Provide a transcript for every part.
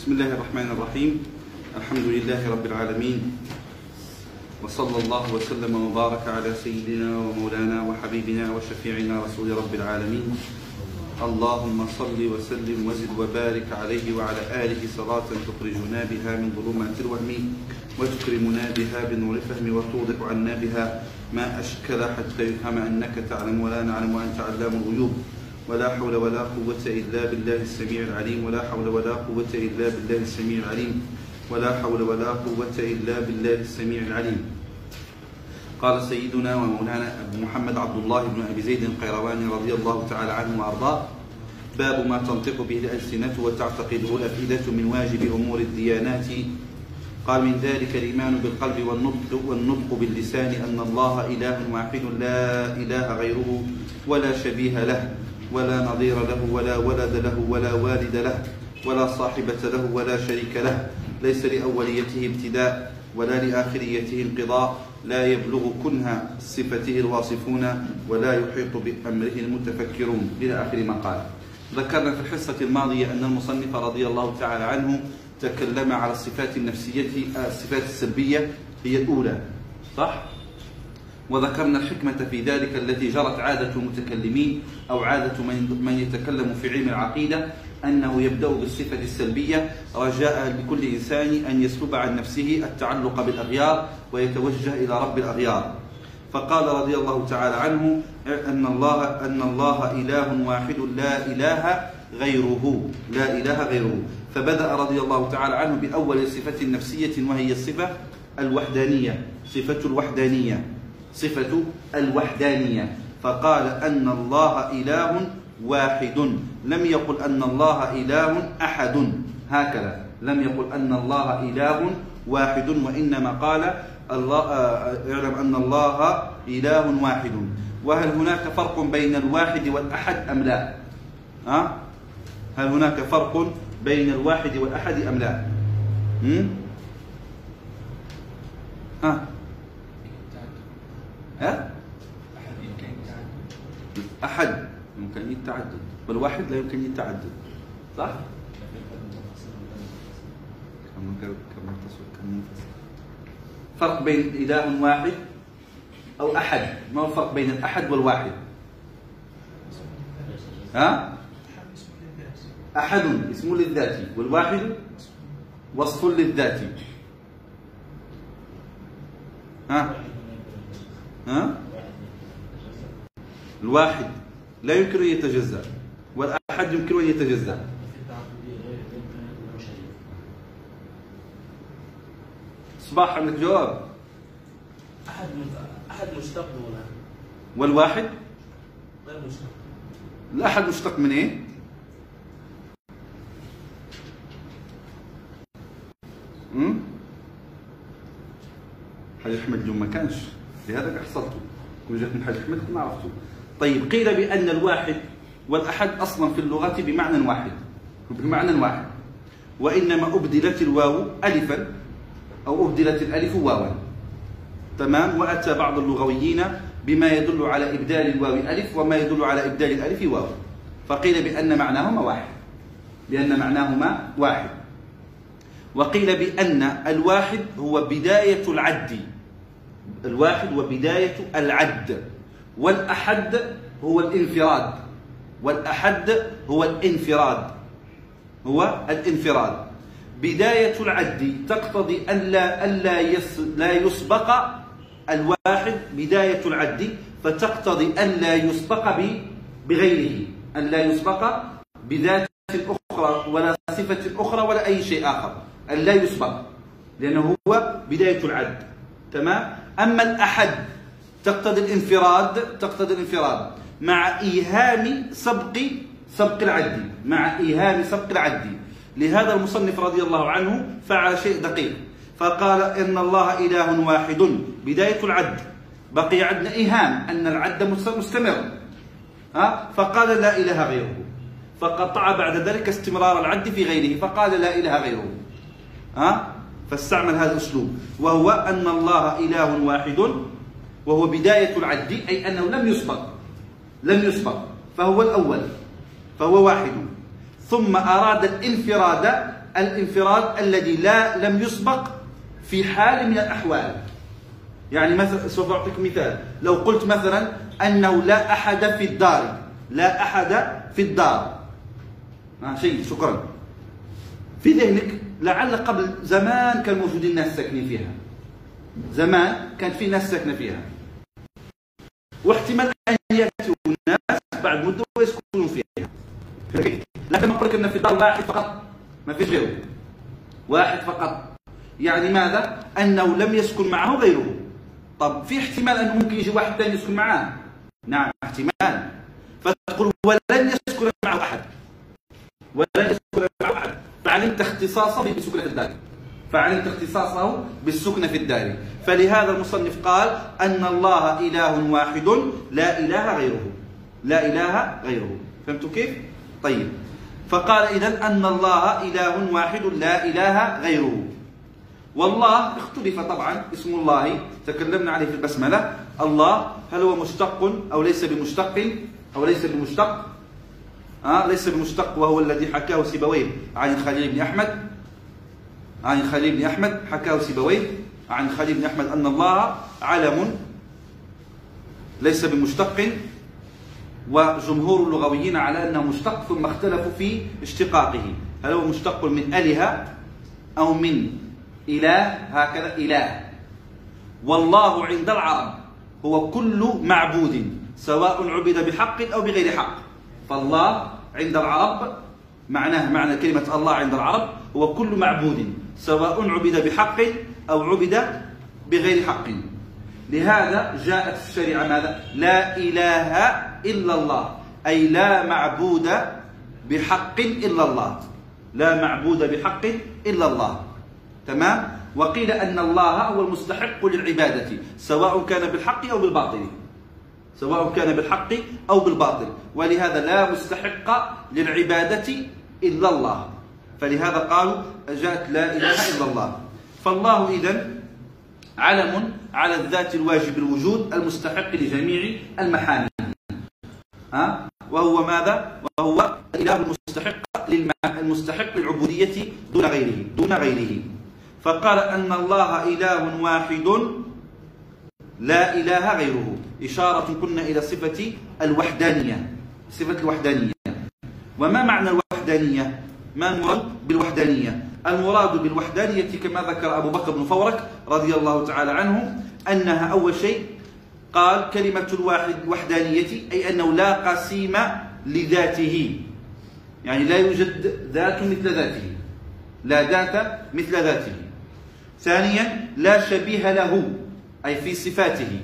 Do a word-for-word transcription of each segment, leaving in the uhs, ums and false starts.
بسم الله الرحمن الرحيم. الحمد لله رب العالمين، وصلى الله وسلم وبارك على سيدنا ومولانا وحبيبنا وشفيعنا رسول رب العالمين. اللهم صل وسلم وزد وبارك عليه وعلى آله صلاة تخرجنا بها من ظلمات الوهم وتكرمنا بها بنور الفهم وتوضح عنا بها ما أشكل حتى يفهم أنك تعلم ولا نعلم وأنت علام الغيوب. ولا حول ولا قوة إلا بالله السميع العليم. ولا حول ولا قوة إلا بالله السميع العليم. ولا حول ولا قوة إلا بالله السميع العليم. قال سيدنا ومولانا أبو محمد عبد الله بن أبي زيد القيرواني رضي الله تعالى عنه وأرضاه: باب ما تنطق به الألسنة وتعتقده الأفئدة من واجب أمور الديانات. قال: من ذلك الإيمان بالقلب والنطق, والنطق باللسان أن الله إله واحد لا إله غيره ولا شبيه له ولا نظير له ولا ولد له ولا والد له ولا صاحبة له ولا شريك له، ليس لأوليته ابتداء ولا لآخريته انقضاء، لا يبلغ كنه صفته الواصفون ولا يحيط بأمره المتفكرون، إلى آخر ما قال. ذكرنا في الحصة الماضية أن المصنف رضي الله تعالى عنه تكلم على الصفات النفسية، الصفات السلبية هي الأولى، صح؟ وذكرنا الحكمة في ذلك التي جرت عادة المتكلمين أو عادة من يتكلم في علم العقيدة، أنه يبدأ بالصفة السلبية رجاء لكل إنسان أن يسلب عن نفسه التعلق بالأغيار ويتوجه إلى رب الأغيار. فقال رضي الله تعالى عنه أن الله أن الله إله واحد لا إله غيره لا إله غيره. فبدأ رضي الله تعالى عنه بأول صفة نفسية وهي الصفة الوحدانية، صفة الوحدانية صفة الوحدانية فقال أن الله إله واحد، لم يقل أن الله إله أحد، هكذا لم يقل أن الله إله واحد، وإنما قال الله اعلم أن الله إله واحد. وهل هناك فرق بين الواحد والأحد أم لا؟ أه؟ هل هناك فرق بين الواحد والأحد أم لا؟ هم؟ ها؟ أه؟ أحد يمكن التعدد والواحد لا يمكن التعدد، صح؟ فرق بين إله واحد أو أحد، ما هو الفرق بين الأحد والواحد؟ ها؟ أحد اسم للذات والواحد وصف للذات. ها؟ ها؟ الواحد لا يمكن أن يتجزأ والأحد يمكن أن يتجزأ. صباح عندك جواب؟ أحد أحد مشتق هنا والواحد غير مشتق. الأحد مشتق من إيه؟ امم حاج أحمد اليوم ما كانش، لهذا حصلته، كون جات من حاج أحمد كنا عرفتو. طيب، قيل بأن الواحد والأحد أصلا في اللغة بمعنى واحد، بمعنى واحد، وإنما أبدلت الواو ألفا أو أبدلت الألف واوا، تمام؟ وأتى بعض اللغويين بما يدل على إبدال الواو ألف وما يدل على إبدال الألف واو، فقيل بأن معناهما واحد، بأن معناهما واحد. وقيل بأن الواحد هو بداية العد، الواحد هو بداية العد، والأحد هو الانفراد، والأحد هو الانفراد هو الانفراد. بداية العد تقتضي أن لا ألا يس لا يسبق الواحد، بداية العد فتقتضي أن لا يسبق بغيره، أن لا يسبق بذات أخرى ولا صفة أخرى ولا أي شيء آخر، أن لا يسبق، لأنه هو بداية العد، تمام؟ أما الأحد تقتضي الانفراد، تقتضي الانفراد مع إيهام سبق سبق العد، مع إيهام سبق العد. لهذا المصنف رضي الله عنه فعل شيء دقيق، فقال إن الله إله واحد بداية العد، بقي عندنا إيهام أن العد مستمر، ها؟ فقال لا إله غيره، فقطع بعد ذلك استمرار العد في غيره، فقال لا إله غيره، ها؟ فاستعمل هذا الأسلوب، وهو أن الله إله واحد، وهو بداية العد، أي أنه لم يسبق لم يسبق فهو الأول، فهو واحد. ثم أراد الانفراد الانفراد الذي لا لم يسبق في حال من الأحوال. يعني مثلا سوف أعطيك مثال، لو قلت مثلا أنه لا أحد في الدار، لا أحد في الدار، آه شيء شكرا، في ذهنك لعل قبل زمان كان موجودين ناس ساكنين فيها، زمان كان في ناس ساكنة فيها، واحتمال أن يأتوا الناس بعد مدة ويسكنون فيها، لكن نقول لك أن في الدار واحد فقط، ما فيش غيره، واحد فقط، يعني ماذا؟ أنه لم يسكن معه غيره. طب في احتمال أنه ممكن يجي واحد ثاني يسكن معاه؟ نعم احتمال، فتقول ولن يسكن معه أحد، ولن يسكن معه أحد، فعلمت اختصاصه بالسكنة في الدار، فعلمت اختصاصه بالسكنة في الدار. فلهذا المصنف قال أن الله إله واحد لا إله غيره، لا إله غيره. فهمتوا كيف؟ طيب، فقال إذن أن الله إله واحد لا إله غيره. والله اختلف طبعا، اسم الله تكلمنا عليه في البسملة، الله هل هو مشتق أو ليس بمشتق أو ليس بمشتق؟ آه ليس بمشتق، وهو الذي حكاه سيبويه عن الخليل بن أحمد، عن الخليل بن أحمد حكاه سيبويه عن الخليل بن أحمد أن الله علم ليس بمشتق، وجمهور اللغويين على أنه مشتق، ثم اختلفوا في اشتقاقه، هل هو مشتق من أله أو من إله، هكذا إله. والله عند العرب هو كل معبود سواء عبد بحق أو بغير حق. فالله عند العرب معناه، معنى كلمة الله عند العرب هو كل معبود سواء عبد بحق أو عبد بغير حق. لهذا جاءت في الشريعة ماذا؟ لا إله إلا الله، أي لا معبود بحق إلا الله، لا معبود بحق إلا الله. تمام؟ وقيل أن الله هو المستحق للعبادة سواء كان بالحق أو بالباطل، سواء كان بالحق أو بالباطل، ولهذا لا مستحق للعبادة إلا الله، فلهذا قالوا جاءت لا إله إلا الله. فالله إذن علم على الذات الواجب الوجود المستحق لجميع المحامد، ها؟ وهو ماذا؟ وهو الإله المستحق المستحق للعبودية دون غيره، دون غيره. فقال أن الله إله واحد لا إله غيره، إشارة كنا إلى صفة الوحدانية، صفة الوحدانية. وما معنى الوحدانية؟ ما المراد بالوحدانية؟ المراد بالوحدانية كما ذكر أبو بكر بن فورك رضي الله تعالى عنه أنها أول شيء قال كلمة الواحد الوحدانية أي أنه لا قسيم لذاته، يعني لا يوجد ذات مثل ذاته، لا ذات مثل ذاته. ثانيا لا شبيه له أي في صفاته.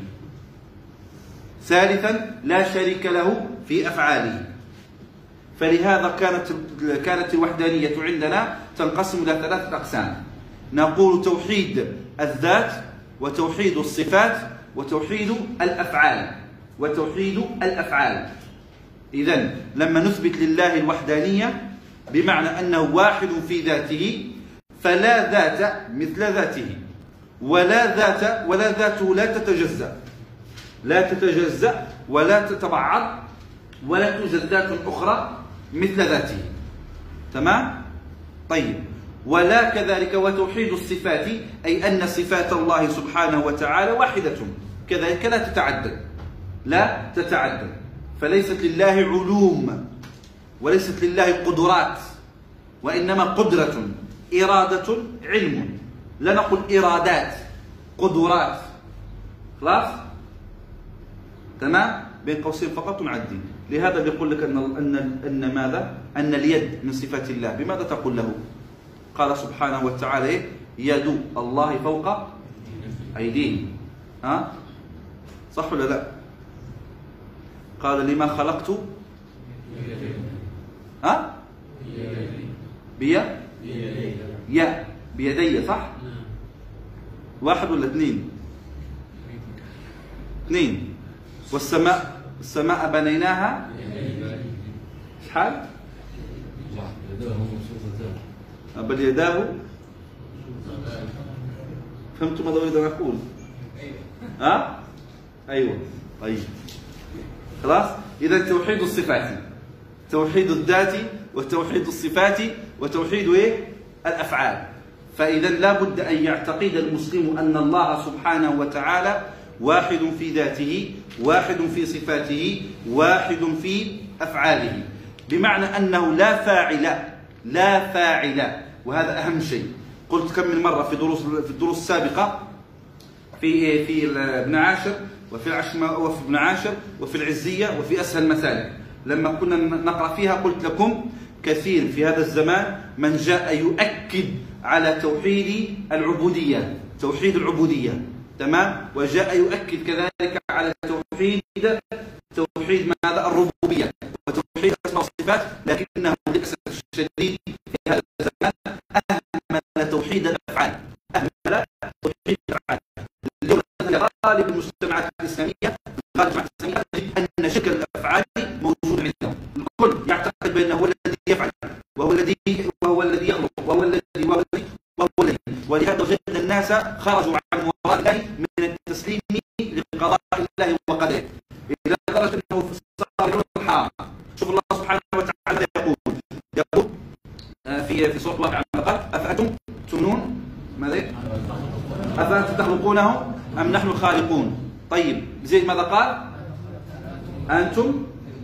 ثالثا لا شريك له في أفعاله. فلهذا كانت كانت الوحدانية عندنا تنقسم إلى ثلاثة أقسام، نقول توحيد الذات، وتوحيد الصفات، وتوحيد الأفعال، وتوحيد الأفعال. إذن لما نثبت لله الوحدانية بمعنى أنه واحد في ذاته، فلا ذات مثل ذاته، ولا ذات ولا ذاته لا تتجزأ، لا تتجزأ ولا تتبعض، ولا توجد ذات أخرى مثل ذاته. تمام؟ طيب، ولا كذلك وتوحيد الصفات أي أن صفات الله سبحانه وتعالى واحدة، كذلك لا تتعدد، لا تتعدد، فليست لله علوم وليست لله قدرات، وإنما قدرة، إرادة، علم. لا نقول إرادات، قدرات. خلاص؟ تمام؟ بين قوسين فقط ونعدي. لهذا بيقول لك أن أن أن ماذا؟ أن اليد من صفات الله، بماذا تقول له؟ قال سبحانه وتعالى يد الله فوق أيديهم. ها؟ صح ولا لا؟ قال لما خلقت ها؟ بيا يا بيدي، صح؟ واحد ولا اثنين؟ اثنين. والسماء السماء بنيناها شحال؟ بل يداه. فهمتم ماذا أريد أن أقول؟ ها؟ أيوه. طيب خلاص. إذا توحيد الصفات، توحيد الذات، وتوحيد الصفات، وتوحيد إيه؟ الأفعال. فإذا لا بد أن يعتقد المسلم أن الله سبحانه وتعالى واحد في ذاته، واحد في صفاته، واحد في أفعاله، بمعنى أنه لا فاعل لا فاعل وهذا أهم شيء. قلت كم من مرة في دروس في الدروس السابقة في في ابن عاشر وفي العشر وفي ابن عاشر وفي العزية وفي أسهل المسالك، لما كنا نقرأ فيها قلت لكم كثير في هذا الزمان من جاء يؤكد على توحيد العبودية، توحيد العبودية، تمام، وجاء يؤكد كذلك على توحيد توحيد ماذا؟ الربوبية وتوحيد الأسماء والصفات، لكنه للأسف الشديد في هذا الزمان أهمل توحيد الأفعال، أهمل توحيد الأفعال. اليوم غالب المجتمعات الإسلامية غالب المجتمعات الإسلامية تجد أن شكل الأفعال موجود عندهم، الكل يعتقد بأنه هو الذي يفعل وهو الذي وهو الذي يخلق وهو الذي وهو الذي وهو الذي ولهذا وجد الناس خرجوا عن وراء الله من التسليم لقضاء الله وقدره إلى درجة أنه صار يقول الحرام. شوف الله سبحانه وتعالى يقول يقول في في سورة الواقعة قال أفأنتم تؤمنون ماذا؟ أفأنتم تخلقونه أم نحن الخالقون؟ طيب زي ماذا قال؟ أنتم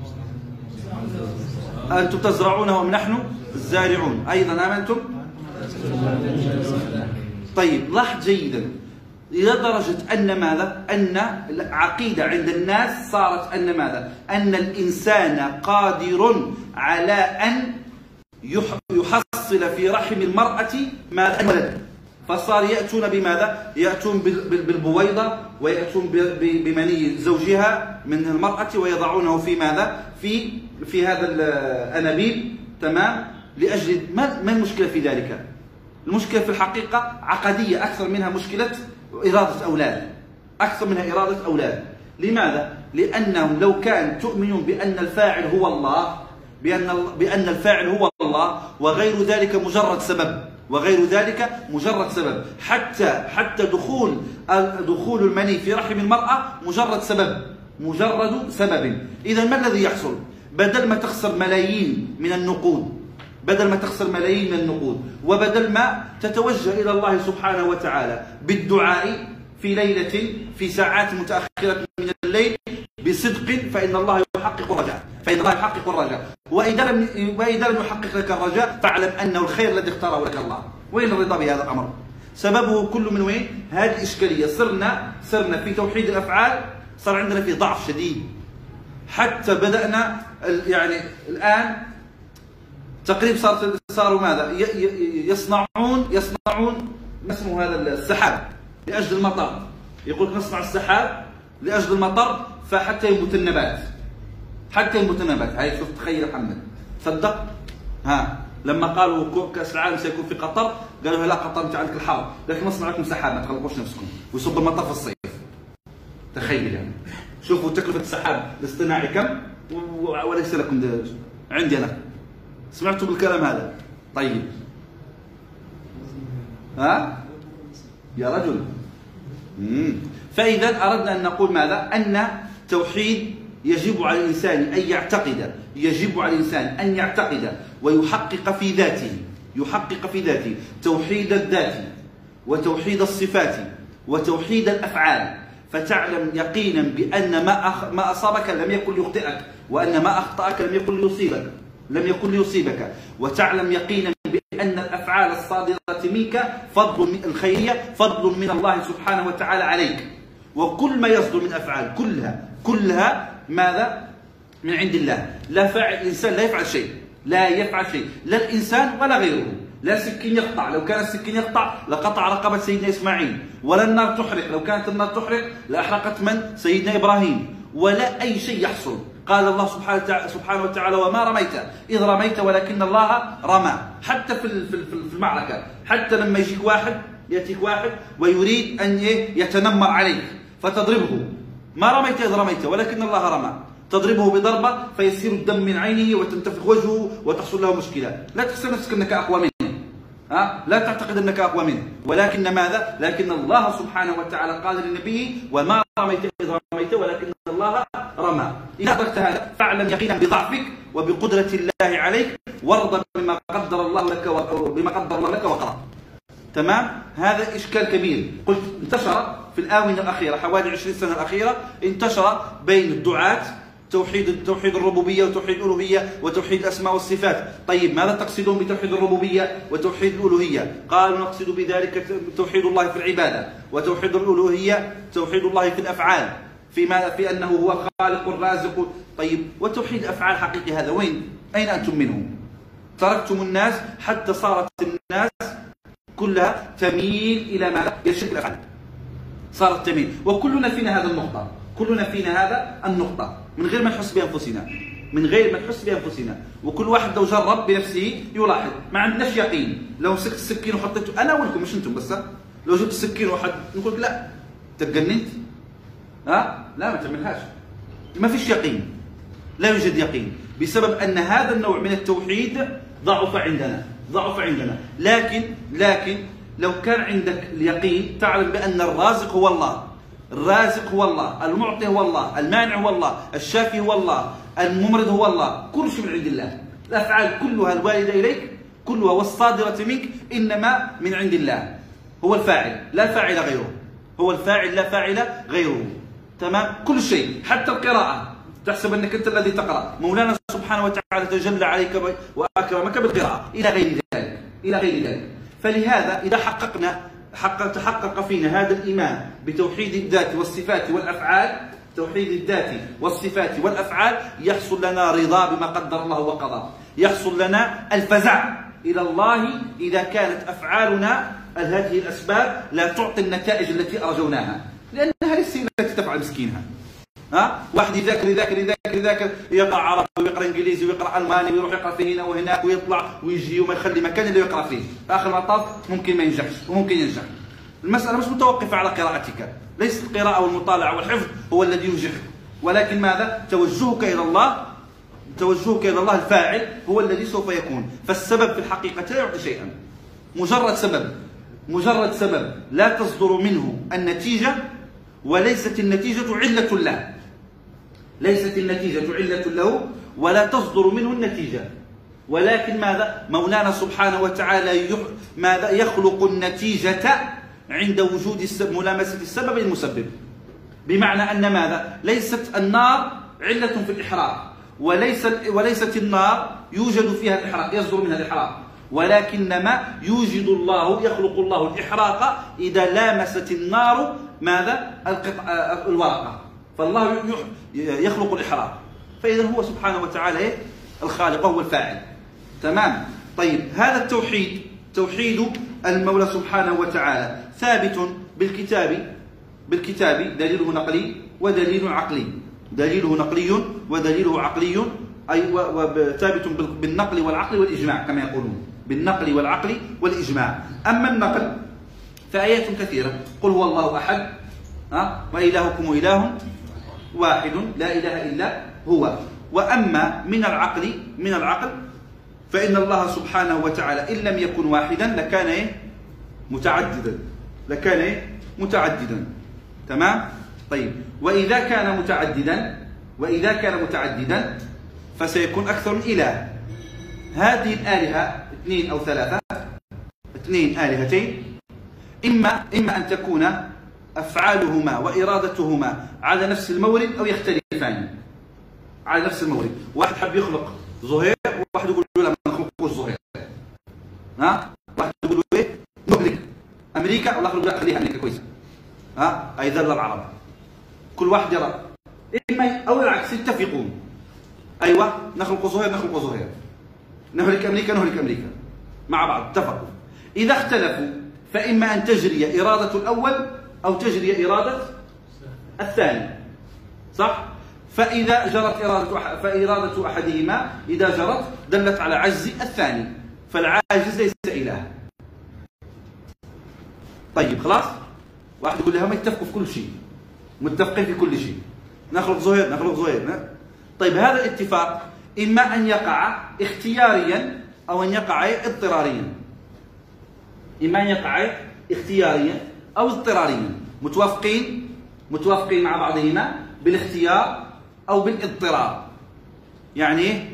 أنتم تزرعونه أم نحن الزارعون؟ أيضا آمنتم؟ طيب لاحظ جيدا إلى درجة أن ماذا؟ أن العقيدة عند الناس صارت أن ماذا؟ أن الإنسان قادر على أن يحصل في رحم المرأة ماذا؟ الولد. فصار يأتون بماذا؟ يأتون بالبويضة ويأتون بمني زوجها من المرأة ويضعونه في ماذا؟ في في هذا الأنابيب، تمام؟ لأجل ما ما المشكلة في ذلك؟ المشكلة في الحقيقة عقدية أكثر منها مشكلة إرادة أولاد، أكثر منها إرادة أولاد. لماذا؟ لأنهم لو كان تؤمنون بأن الفاعل هو الله، بأن بأن الفاعل هو الله وغير ذلك مجرد سبب، وغير ذلك مجرد سبب، حتى حتى دخول دخول المني في رحم المرأة مجرد سبب، مجرد سبب. إذا ما الذي يحصل؟ بدل ما تخسر ملايين من النقود، بدل ما تخسر ملايين من النقود، وبدل ما تتوجه إلى الله سبحانه وتعالى بالدعاء في ليلة في ساعات متأخرة من الليل بصدق، فإن الله يحقق الرجاء، فإن الله يحقق الرجاء. وإذا لم وإذا لم يحقق لك الرجاء فاعلم أنه الخير الذي اختاره لك الله. وين الرضا بهذا الأمر؟ سببه كل من وين؟ هذه الإشكالية. صرنا صرنا في توحيد الأفعال صار عندنا في ضعف شديد، حتى بدأنا يعني الآن تقريبا صار صاروا ماذا؟ يصنعون يصنعون ما اسمه هذا السحاب لأجل المطر. يقول لك نصنع السحاب لأجل المطر فحتى ينبت النبات، حتى ينبت النبات. هاي شوف تخيل يا محمد، صدق؟ ها لما قالوا كأس العالم سيكون في قطر قالوا لا قطر انت عندك الحر لكن نصنع لكم سحاب ما تخلقوش نفسكم ويصب المطر في الصيف. تخيل يعني، شوفوا تكلفة السحاب الاصطناعي كم وليس لكم دلوقتي. عندي أنا سمعتوا بالكلام هذا؟ طيب ها يا رجل. مم. فإذا أردنا أن نقول ماذا؟ أن توحيد يجب على الإنسان أن يعتقد، يجب على الإنسان أن يعتقد ويحقق في ذاته، يحقق في ذاته توحيد الذات وتوحيد الصفات وتوحيد الأفعال، فتعلم يقينا بأن ما أخ... ما أصابك لم يكن ليخطئك، وأن ما أخطأك لم يكن ليصيبك، لم يكن ليصيبك، وتعلم يقينا بأن الأفعال الصادرة منك فضل من الخيرية، فضل من الله سبحانه وتعالى عليك. وكل ما يصدر من أفعال كلها كلها ماذا؟ من عند الله. لا فاعل الإنسان لا يفعل شيء، لا يفعل شيء، لا الإنسان ولا غيره. لا سكين يقطع، لو كان السكين يقطع لقطع رقبة سيدنا إسماعيل، ولا النار تحرق، لو كانت النار تحرق لأحرقت من؟ سيدنا إبراهيم. ولا أي شيء يحصل. قال الله سبحانه وتعالى وما رميت إذ رميت ولكن الله رمى. حتى في في المعركة، حتى لما يجيك واحد يأتيك واحد ويريد أن يتنمر عليك فتضربه، ما رميت إذ رميت ولكن الله رمى، تضربه بضربة فيسير الدم من عينه وتنتفخ وجهه وتحصل له مشكلة. لا تحسب نفسك أنك أقوى منه، ها؟ لا تعتقد أنك أقوى منه، ولكن ماذا؟ لكن الله سبحانه وتعالى قال لنبيه وما رميت إذ رميت ولكن الله رمى. إذا أدركت هذا فاعلم يقينا بضعفك وبقدرة الله عليك، وارضى بما قدر الله لك بما قدر الله لك واقرأ. تمام؟ هذا إشكال كبير. قلت انتشر في الآونة الأخيرة حوالي عشرين سنة الأخيرة، انتشر بين الدعاة توحيد توحيد الربوبية وتوحيد الألوهية وتوحيد الأسماء والصفات. طيب ماذا تقصدون بتوحيد الربوبية وتوحيد الألوهية؟ قالوا نقصد بذلك توحيد الله في العبادة، وتوحيد الألوهية توحيد الله في الأفعال، فيما في أنه هو الخالق الرازق. طيب وتوحيد الأفعال حقيقي هذا وين؟ أين أنتم منه؟ تركتم الناس حتى صارت الناس كلها تميل إلى ماذا؟ إلى شرك الأفعال. صارت تميل، وكلنا فينا هذا النقطة، كلنا فينا هذا النقطة من غير ما نحس بأنفسنا، من غير ما نحس بأنفسنا. وكل واحد لو جرب بنفسه يلاحظ، ما عندناش يقين. لو مسكت السكين وحطيته أنا ولكم مش أنتم بس، لو جبت السكين وحد نقول لك لا تجننت، ها؟ لا ما تعملهاش. ما فيش يقين، لا يوجد يقين، بسبب أن هذا النوع من التوحيد ضعف عندنا، ضعف عندنا. لكن لكن لو كان عندك اليقين تعلم بأن الرازق هو الله، الرازق هو الله، المعطي هو الله، المانع هو الله، الشافي هو الله، الممرض هو الله، كل شيء من عند الله. الأفعال كلها الواردة إليك كلها والصادرة منك إنما من عند الله. هو الفاعل لا فاعل غيره، هو الفاعل لا فاعل غيره. تمام؟ كل شيء، حتى القراءة تحسب أنك أنت الذي تقرأ، مولانا سبحانه وتعالى تجلى عليك وأكرمك بالقراءة إلى غير ذلك، إلى غير ذلك. فلهذا إذا حققنا حقق تحقق فينا هذا الإيمان بتوحيد الذات والصفات والأفعال، توحيد الذات والصفات والأفعال، يحصل لنا رضا بما قدر الله وقضى، يحصل لنا الفزع إلى الله إذا كانت أفعالنا هذه الأسباب لا تعطي النتائج التي أرجوناها، لأنها ليست التي تفعل مسكينها. ها؟ واحد يذاكر يذاكر يذاكر يذاكر يقرأ عربي ويقرأ إنجليزي ويقرأ ألماني ويروح يقرأ في هنا وهناك ويطلع ويجي وما يخلي مكان اللي يقرأ فيه، آخر المطاف ممكن ما ينجحش وممكن ينجح. المسألة مش متوقفة على قراءتك، ليست القراءة والمطالعة والحفظ هو الذي ينجحك، ولكن ماذا؟ توجهك إلى الله، توجهك إلى الله الفاعل هو الذي سوف يكون. فالسبب في الحقيقة لا يعطي شيئا، مجرد سبب، مجرد سبب لا تصدر منه النتيجة، وليست النتيجة علة له، ليست النتيجة علة له ولا تصدر منه النتيجة، ولكن ماذا؟ مولانا سبحانه وتعالى يح... ماذا؟ يخلق النتيجة عند وجود السبب، ملامسة السبب المسبب. بمعنى أن ماذا؟ ليست النار علة في الإحراق، وليس وليست النار يوجد فيها الإحراق، يصدر منها الإحراق، ولكنما يوجد الله، يخلق الله الإحراق إذا لامست النار ماذا؟ القطع الورقة، فالله يخلق الإحراق. فإذا هو سبحانه وتعالى الخالق وهو الفاعل. تمام؟ طيب هذا التوحيد توحيد المولى سبحانه وتعالى ثابت بالكتاب، بالكتاب دليله نقلي ودليل عقلي، دليله نقلي ودليله عقلي، أي وثابت بالنقل والعقل والإجماع كما يقولون، بالنقل والعقل والإجماع. أما النقل فآيات كثيرة، قل هو الله أحد، ها، وإلهكم إله واحد لا إله إلا هو. وأما من العقل، من العقل فإن الله سبحانه وتعالى إن لم يكن واحدا لكان إيه؟ متعددا، لكان إيه؟ متعددا. تمام؟ طيب وإذا كان متعددا، وإذا كان متعددا فسيكون أكثر من إله. هذه الآلهة اثنين أو ثلاثة، اثنين آلهتين، إما إما أن تكون أفعالهما وإرادتهما على نفس المورد أو يختلفان على نفس المورد. واحد حب يخلق زهير، واحد يقول له لا ما نخلقوش زهير، ها، واحد يقول له إيه؟ نهلك أمريكا، والله يقول لا خليها أمريكا كويسة، ها، أي ذل العرب. كل واحد يرى، إما أو العكس يتفقون، أيوة نخلق زهير نخلق زهير، نهلك أمريكا نهلك أمريكا، مع بعض اتفقوا. إذا اختلفوا فإما أن تجري إرادة الأول أو تجري إرادة الثاني، صح؟ فإذا جرت إرادة فإرادة أحدهما إذا جرت دلت على عجز الثاني، فالعاجز ليس إله. طيب خلاص؟ واحد يقول لهم يتفقوا في كل شيء، متفقين في كل شيء، نخلق زهير نخلق زهير. طيب هذا الاتفاق إما أن يقع اختياريا أو أن يقع اضطراريا، إما أن يقع اختياريا أو اضطراريا، متوافقين متوافقين مع بعضهما بالاختيار أو بالاضطرار. يعني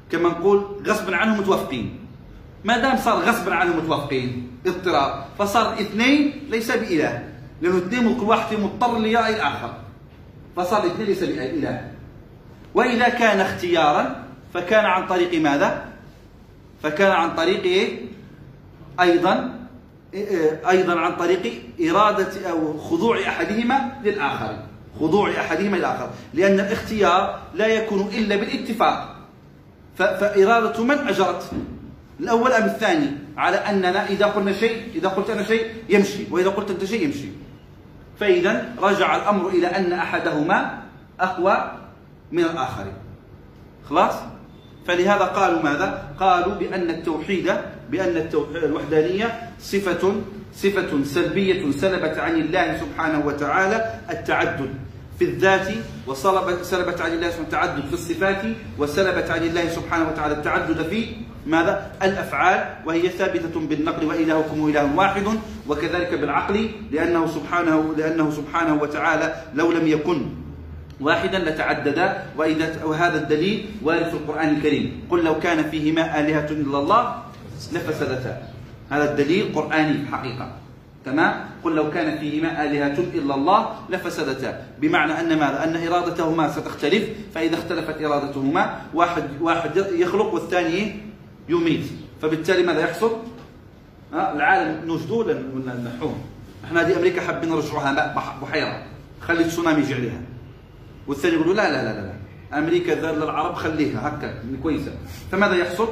كما نقول غصبا عنهم متوافقين. ما دام صار غصبا عنهم متوافقين اضطرار، فصار اثنين ليس بإله، لأنه اثنين كل واحد فيهم مضطر لرأي الآخر، فصار اثنين ليس بإله. وإذا كان اختيارا فكان عن طريق ماذا؟ فكان عن طريق إيه؟ أيضا أيضا عن طريق إرادة أو خضوع أحدهما للآخر، خضوع أحدهما للآخر، لأن الاختيار لا يكون إلا بالاتفاق. فإرادة من أجرت؟ الأول أم الثاني؟ على أننا إذا قلنا شيء، إذا قلت أنا شيء يمشي، وإذا قلت أنت شيء يمشي. فإذا رجع الأمر إلى أن أحدهما أقوى من الآخر. خلاص؟ فلهذا قالوا ماذا؟ قالوا بأن التوحيد، بأن الوحدانية صفة صفة سلبية سلبت عن الله سبحانه وتعالى التعدد في الذات، وسلبت عن الله سبحانه التعدد في الصفات، وسلبت عن الله سبحانه وتعالى التعدد في ماذا؟ الأفعال، وهي ثابتة بالنقل وإلهكم إله واحد، وكذلك بالعقل، لأنه سبحانه لأنه سبحانه وتعالى لو لم يكن واحدا لتعددا، وإذا وهذا الدليل وارد في القرآن الكريم: قل لو كان فيهما آلهة إلا الله لفسدتا. هذا الدليل قرآني في الحقيقة. تمام؟ قل لو كان فيهما آلهة إلا الله لفسدتا، بمعنى أن ماذا؟ أن إرادتهما ستختلف، فإذا اختلفت إرادتهما واحد واحد يخلق والثاني يميت، فبالتالي ماذا يحصل؟ أه؟ العالم نوجدوه ولا نحوه؟ احنا هذه أمريكا حابين نرجعوها ماء بحيرة، خلي التسونامي يجي عليها، والثاني يقولوا لا لا لا لا أمريكا ذا للعرب خليها هكا كويسة. فماذا يحصل؟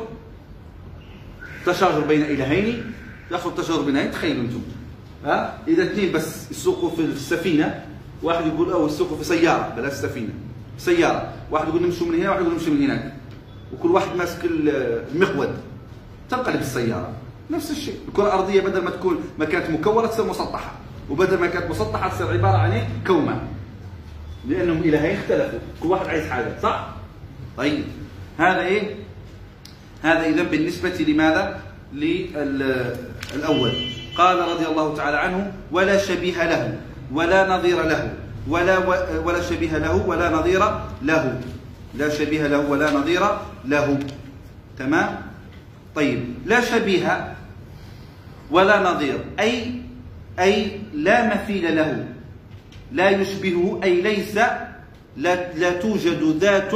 تشاجر بين إلهين، يحصل تشاجر بين إلهين. تخيلوا أنتم ها إذا اثنين بس يسوقوا في السفينة، واحد يقول أو يسوقوا في سيارة بلاش سفينة، سيارة، واحد يقول نمشوا من هنا، واحد يقول نمشوا من هناك، وكل واحد ماسك المقود، تنقلب السيارة. نفس الشيء، الكرة الأرضية بدل ما تكون ما كانت مكورة تصير مسطحة، وبدل ما كانت مسطحة تصير عبارة عن إيه؟ كومة، لأنهم إلهين اختلفوا، كل واحد عايز حاجة، صح؟ طيب هذا إيه؟ هذا إذا بالنسبة لماذا؟ للأول. قال رضي الله تعالى عنه: ولا شبيه له ولا نظير له ولا ولا شبيه له ولا نظير له، لا شبيه له ولا نظير له. تمام؟ طيب، لا شبيه ولا نظير أي أي لا مثيل له، لا يشبهه، أي ليس لا, لا توجد ذات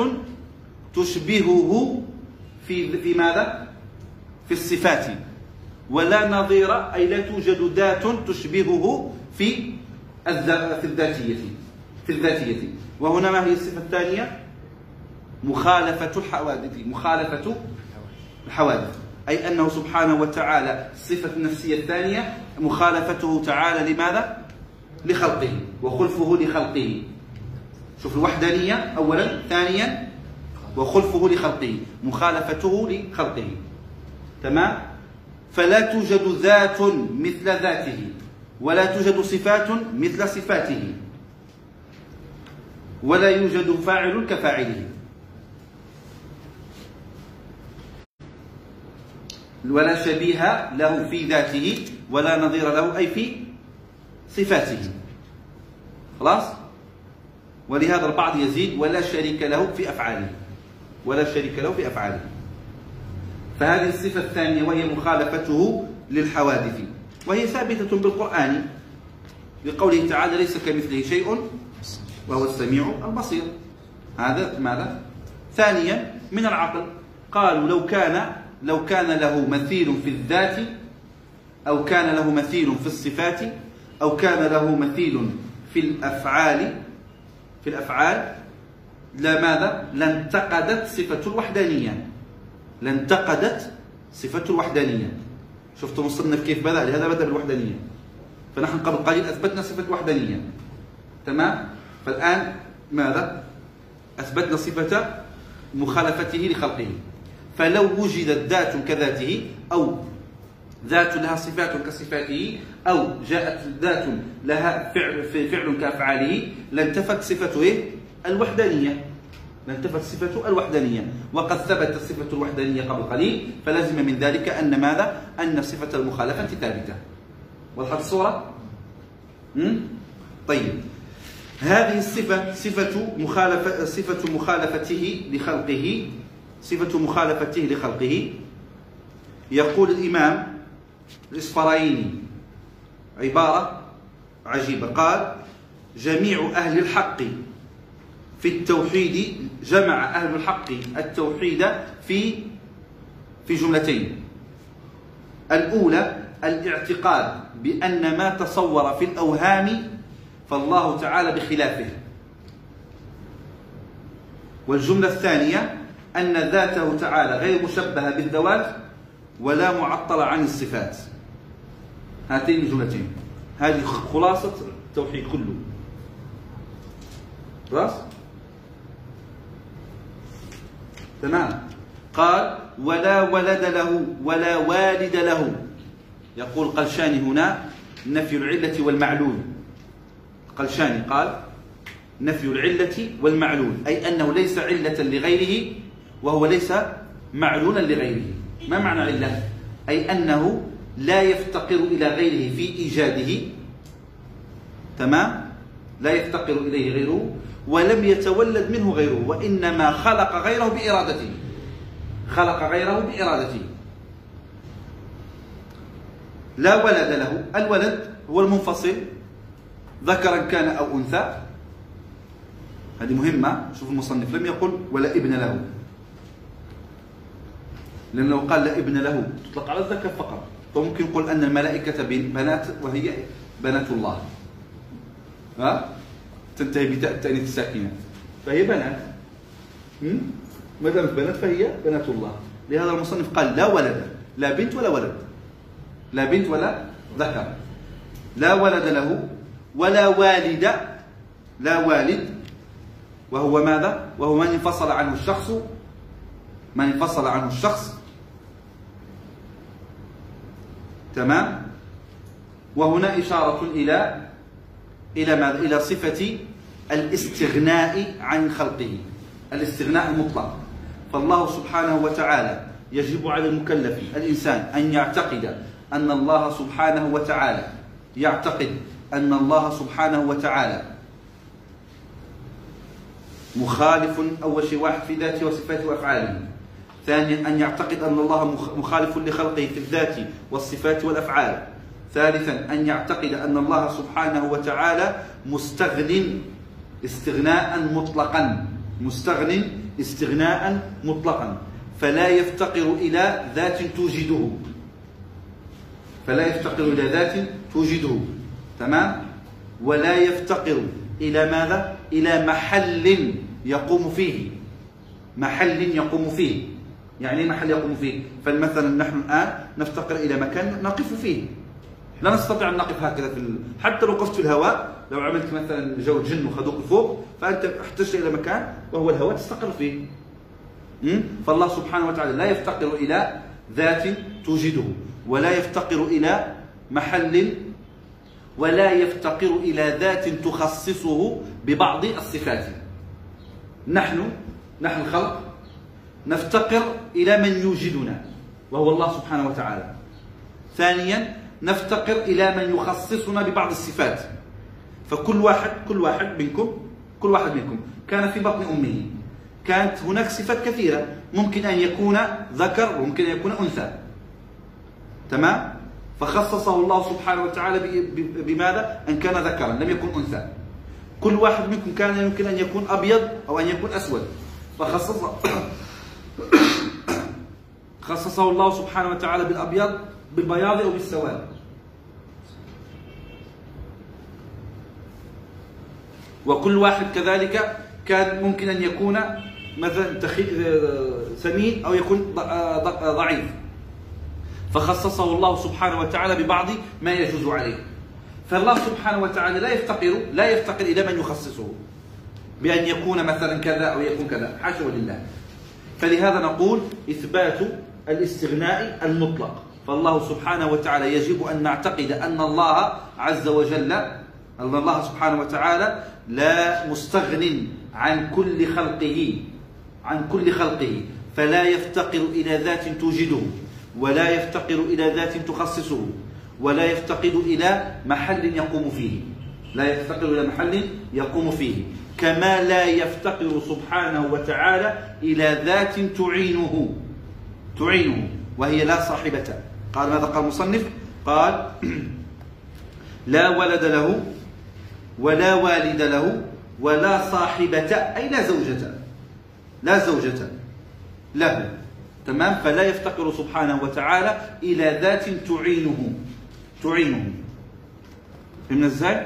تشبهه في في ماذا؟ في الصفات. ولا نظير أي لا توجد ذات تشبهه في في الذاتية في الذاتية. وهنا ما هي الصفة الثانية؟ مخالفة الحوادث، مخالفة الحوادث، أي أنه سبحانه وتعالى الصفة النفسية الثانية مخالفته تعالى لماذا؟ لخلقه، وخلفه لخلقه. شوف الوحدانية أولا، ثانيا وخلفه لخلقه، مخالفته لخلقه. تمام؟ فلا توجد ذات مثل ذاته، ولا توجد صفات مثل صفاته، ولا يوجد فاعل كفاعله، ولا شبيه له في ذاته ولا نظير له أي في صفاته. خلاص؟ ولهذا البعض يزيد: ولا شريك له في أفعاله، ولا شريك له في أفعاله. فهذه الصفة الثانية وهي مخالفته للحوادث، وهي ثابتة بالقرآن لقوله تعالى: ليس كمثله شيء وهو السميع البصير. هذا ماذا؟ ثانيا من العقل. قالوا لو كان لو كان له مثيل في الذات، أو كان له مثيل في الصفات، أو كان له مثيل في الأفعال في الأفعال لماذا؟ لانتقدت صفة الوحدانية، لانتقدت صفة الوحدانية. شفتم الصنف كيف بدأ؟ لهذا بدأ بالوحدانية. فنحن قبل قليل أثبتنا صفة الوحدانية. تمام؟ فالآن ماذا؟ أثبتنا صفة مخالفته لخلقه. فلو وجدت ذات كذاته، أو ذات لها صفات كصفاته، أو جاءت ذات لها فعل, فعل كأفعاله، لانتفت صفته الوحدانية، لانتفت صفة الوحدانية. وقد ثبتت صفة الوحدانية قبل قليل، فلازم من ذلك أن ماذا؟ أن صفة المخالفة ثابتة. وضحت الصورة؟ طيب، هذه الصفة صفة مخالفة صفة مخالفته لخلقه صفة مخالفته لخلقه. يقول الإمام الإسفرايني عبارة عجيبة، قال: جميع أهل الحق في التوحيد، جمع أهل الحق التوحيد في في جملتين. الأولى الاعتقاد بأن ما تصور في الأوهام فالله تعالى بخلافه، والجملة الثانية أن ذاته تعالى غير مشبهة بالذوات ولا معطلة عن الصفات. هاتين الجملتين، هذه خلاصة التوحيد كله. خلاص؟ تمام. قال: ولا ولد له ولا والد له. يقول قلشاني هنا نفي العلة والمعلول. قلشاني قال نفي العلة والمعلول، أي أنه ليس علة لغيره وهو ليس معلولا لغيره. ما معنى علة؟ أي أنه لا يفتقر إلى غيره في إيجاده، تمام؟ لا يفتقر إليه غيره، ولم يتولد منه غيره، وإنما خلق غيره بإرادته. خلق غيره بإرادته. لا ولد له. الولد هو المنفصل، ذكرا كان أو أنثى. هذه مهمة. شوف المصنف لم يقل ولا ابن له، لأنه لو قال لا ابن له تطلق على الذكر فقط، فممكن يقول أن الملائكة بنات وهي بنات الله، ها؟ تنتهي بتاء التأنيث الساكنة، فهي بنات. ما دامت بنات فهي بنات الله. لهذا المصنف قال لا ولد، لا بنت ولا ولد، لا بنت ولا ذكر. لا ولد له ولا والد، لا والد، وهو ماذا؟ وهو من انفصل عنه الشخص، من انفصل عنه الشخص، تمام؟ وهنا إشارة إلى إلى ماذا؟ إلى صفة الاستغناء عن خلقه، الاستغناء المطلق. فالله سبحانه وتعالى يجب على المكلف الإنسان أن يعتقد أن الله سبحانه وتعالى يعتقد أن الله سبحانه وتعالى مخالف، أول شيء واحد في ذاته وصفاته وأفعاله. ثانيا أن يعتقد أن الله مخالف لخلقه في الذات والصفات والأفعال. ثالثا أن يعتقد أن الله سبحانه وتعالى مستغن استغناء مطلقا، مستغن استغناء مطلقا، فلا يفتقر إلى ذات توجده، فلا يفتقر إلى ذات توجده، تمام؟ ولا يفتقر إلى ماذا؟ إلى محل يقوم فيه، محل يقوم فيه. يعني محل يقوم فيه، فمثلا نحن الآن نفتقر إلى مكان نقف فيه، لا نستطيع أن نقف هكذا في ال... حتى لو وقفت في الهواء، لو عملت مثلا جو جن وخذوك فوق، فأنت احتجت إلى مكان وهو الهواء تستقر فيه. م? فالله سبحانه وتعالى لا يفتقر إلى ذات توجده، ولا يفتقر إلى محل، ولا يفتقر إلى ذات تخصصه ببعض الصفات. نحن نحن الخلق نفتقر إلى من يوجدنا وهو الله سبحانه وتعالى. ثانيا نفتقر إلى من يخصصنا ببعض الصفات. فكل واحد كل واحد منكم كل واحد منكم كان في بطن أمه، كانت هناك صفات كثيرة، ممكن أن يكون ذكر وممكن أن يكون أنثى، تمام؟ فخصصه الله سبحانه وتعالى بماذا؟ أن كان ذكرا لم يكن أنثى. كل واحد منكم كان يمكن أن يكون أبيض أو أن يكون أسود، فخصصه خصصه الله سبحانه وتعالى بالأبيض بالبياض أو بالسواد. وكل واحد كذلك كان ممكن أن يكون مثلا سمين أو يكون ضعيف، فخصصه الله سبحانه وتعالى ببعض ما يجوز عليه. فالله سبحانه وتعالى لا يفتقر لا يفتقر إلى من يخصصه بأن يكون مثلا كذا أو يكون كذا، حاشا لله. فلهذا نقول إثبات الاستغناء المطلق. فالله سبحانه وتعالى يجب أن نعتقد أن الله عز وجل، أن الله سبحانه وتعالى لا مستغن عن كل خلقه، عن كل خلقه، فلا يفتقر إلى ذات توجده، ولا يفتقر إلى ذات تخصصه، ولا يفتقر إلى محل يقوم فيه، لا يفتقر إلى محل يقوم فيه. كما لا يفتقر سبحانه وتعالى إلى ذات تعينه تعينه وهي لا صاحبة. قال ماذا قال المصنف؟ قال لا ولد له ولا والد له ولا صاحبة، أي لا زوجة، لا زوجة له. تمام؟ فلا يفتقر سبحانه وتعالى إلى ذات تعينه تعينه فهمنا ازاي؟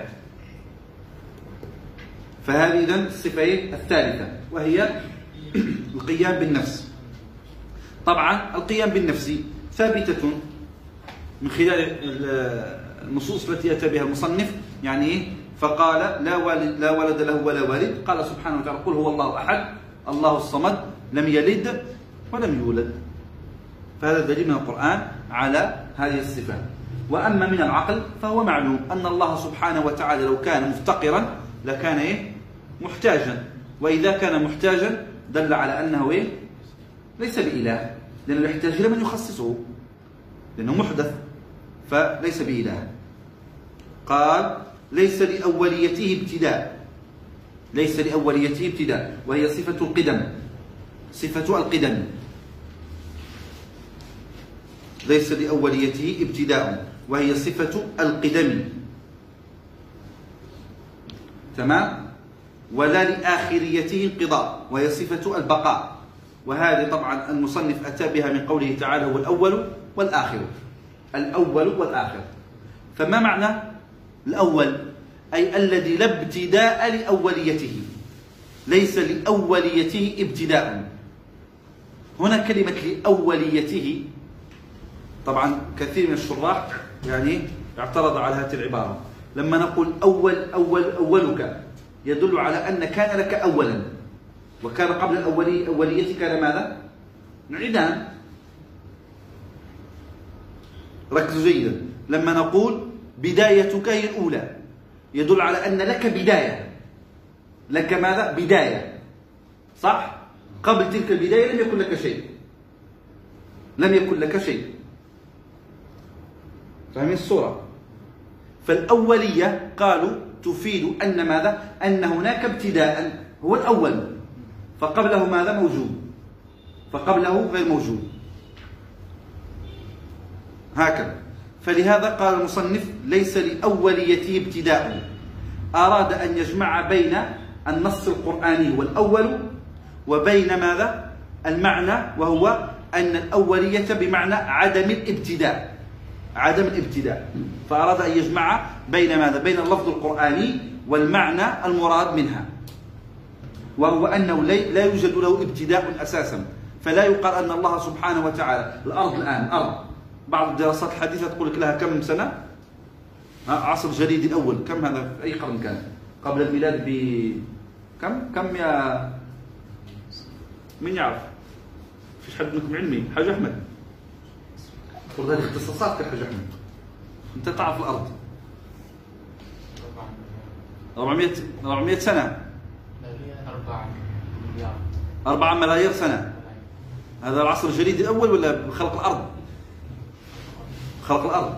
فهذه إذن الصفة الثالثة وهي القيام بالنفس. طبعا القيام بالنفس ثابتة من خلال النصوص التي أتى بها المصنف. يعني فقال لا والد لا ولد له ولا والد، قال سبحانه وتعالى قل هو الله أحد الله الصمد لم يلد ولم يولد. فهذا دليل من القرآن على هذه الصفة. وأما من العقل فهو معلوم أن الله سبحانه وتعالى لو كان مفتقرا لكان إيه؟ محتاجا، وإذا كان محتاجا دل على أنه إيه؟ ليس بإله، لأنه يحتاج إلى من يخصصه لأنه محدث، فليس بإله. قال ليس لأوليته ابتداء، ليس لأوليته ابتداء وهي صفة القدم، صفة القدم. ليس لأوليته ابتداء وهي صفة القدم. تمام؟ ولا لآخريته انقضاء وهي صفة البقاء. وهذه طبعا المصنف أتى بها من قوله تعالى هو الأول والآخر، الأول والآخر. فما معنى الأول؟ أي الذي لا ابتداء لأوليته، ليس لأوليته ابتداء. هنا كلمة لأوليته طبعا كثير من الشراح يعني اعترض على هذه العبارة. لما نقول أول أول أولك يدل على أن كان لك أولا، وكان قبل الأولية أوليته كان ماذا؟ انعدام. ركزوا جيدا، لما نقول بدايتك هي الأولى يدل على أن لك بداية، لك ماذا؟ بداية، صح؟ قبل تلك البداية لم يكن لك شيء، لم يكن لك شيء. فاهمين الصورة؟ فالأولية قالوا تفيد أن ماذا؟ أن هناك ابتداء هو الأول، فقبله ماذا؟ موجود، فقبله غير موجود. هكذا. فلهذا قال المصنف ليس لأوليته ابتداء. أراد أن يجمع بين النص القرآني والأول وبين ماذا؟ المعنى، وهو أن الأولية بمعنى عدم الابتداء، عدم الابتداء. فأراد أن يجمع بين ماذا؟ بين اللفظ القرآني والمعنى المراد منها، وهو أنه لا يوجد له ابتداء أساسا. فلا يقال أن الله سبحانه وتعالى الأرض الآن الأرض بعض الدراسات الحديثة تقول لك لها كم سنة؟ عصر الجليد الأول كم هذا؟ في أي قرن كان؟ قبل الميلاد ب كم؟ كم يا من يعرف؟ فيش حد منكم علمي؟ حاج أحمد فرض هذه اختصاصات كحاج أحمد، أنت تعرف الأرض أربعمائة أربعمائة سنة، أربعة ملايير سنة. هذا العصر الجليدي الأول ولا خلق الأرض؟ خلق الأرض.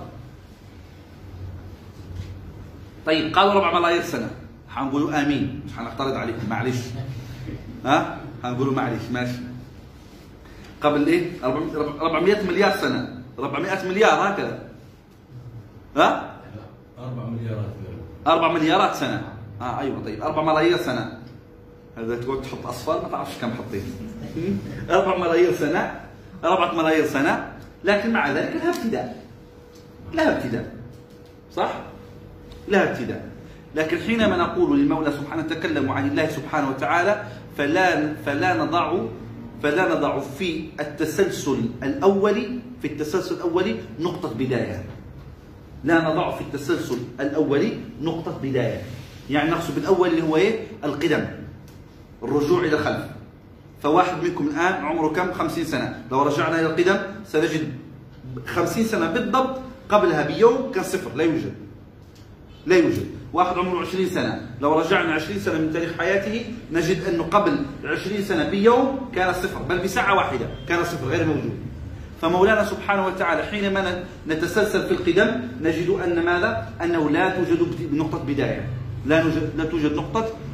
طيب قالوا أربعة ملايير سنة، حنقولوا آمين، مش حنعترض عليكم، معلش. ها؟ حنقولوا معلش، ماشي. قبل إيه؟ أربعمائة مليار سنة، أربعمائة مليار هكذا. ها؟ أربع مليارات. أربع مليارات سنة. آه أيوه. طيب أربع ملايير سنة. هذا تقعد تحط أصفار ما تعرفش كم حطيت. أربع ملايير سنة، أربعة ملايير سنة، لكن مع ذلك لها ابتداء. لها ابتداء. صح؟ لها ابتداء. لكن حينما نقول للمولى سبحانه تكلموا عن الله سبحانه وتعالى فلا فلا نضع فلا نضع في التسلسل الأولي في التسلسل الأولي نقطة بداية. لا نضع في التسلسل الأولي نقطة بداية. يعني نقصد بالأول اللي هو إيه؟ القدم، الرجوع إلى الخلف. فواحد منكم الآن عمره كم؟ خمسين سنة، لو رجعنا إلى القدم سنجد خمسين سنة بالضبط قبلها بيوم كان صفر، لا يوجد، لا يوجد. واحد عمره عشرين سنة، لو رجعنا عشرين سنة من تاريخ حياته نجد أنه قبل عشرين سنة بيوم كان صفر، بل بساعة واحدة كان صفر غير موجود. فمولانا سبحانه وتعالى حينما نتسلسل في القدم نجد أن ماذا؟ أنه لا توجد نقطة بداية، لا, لا توجد نقطة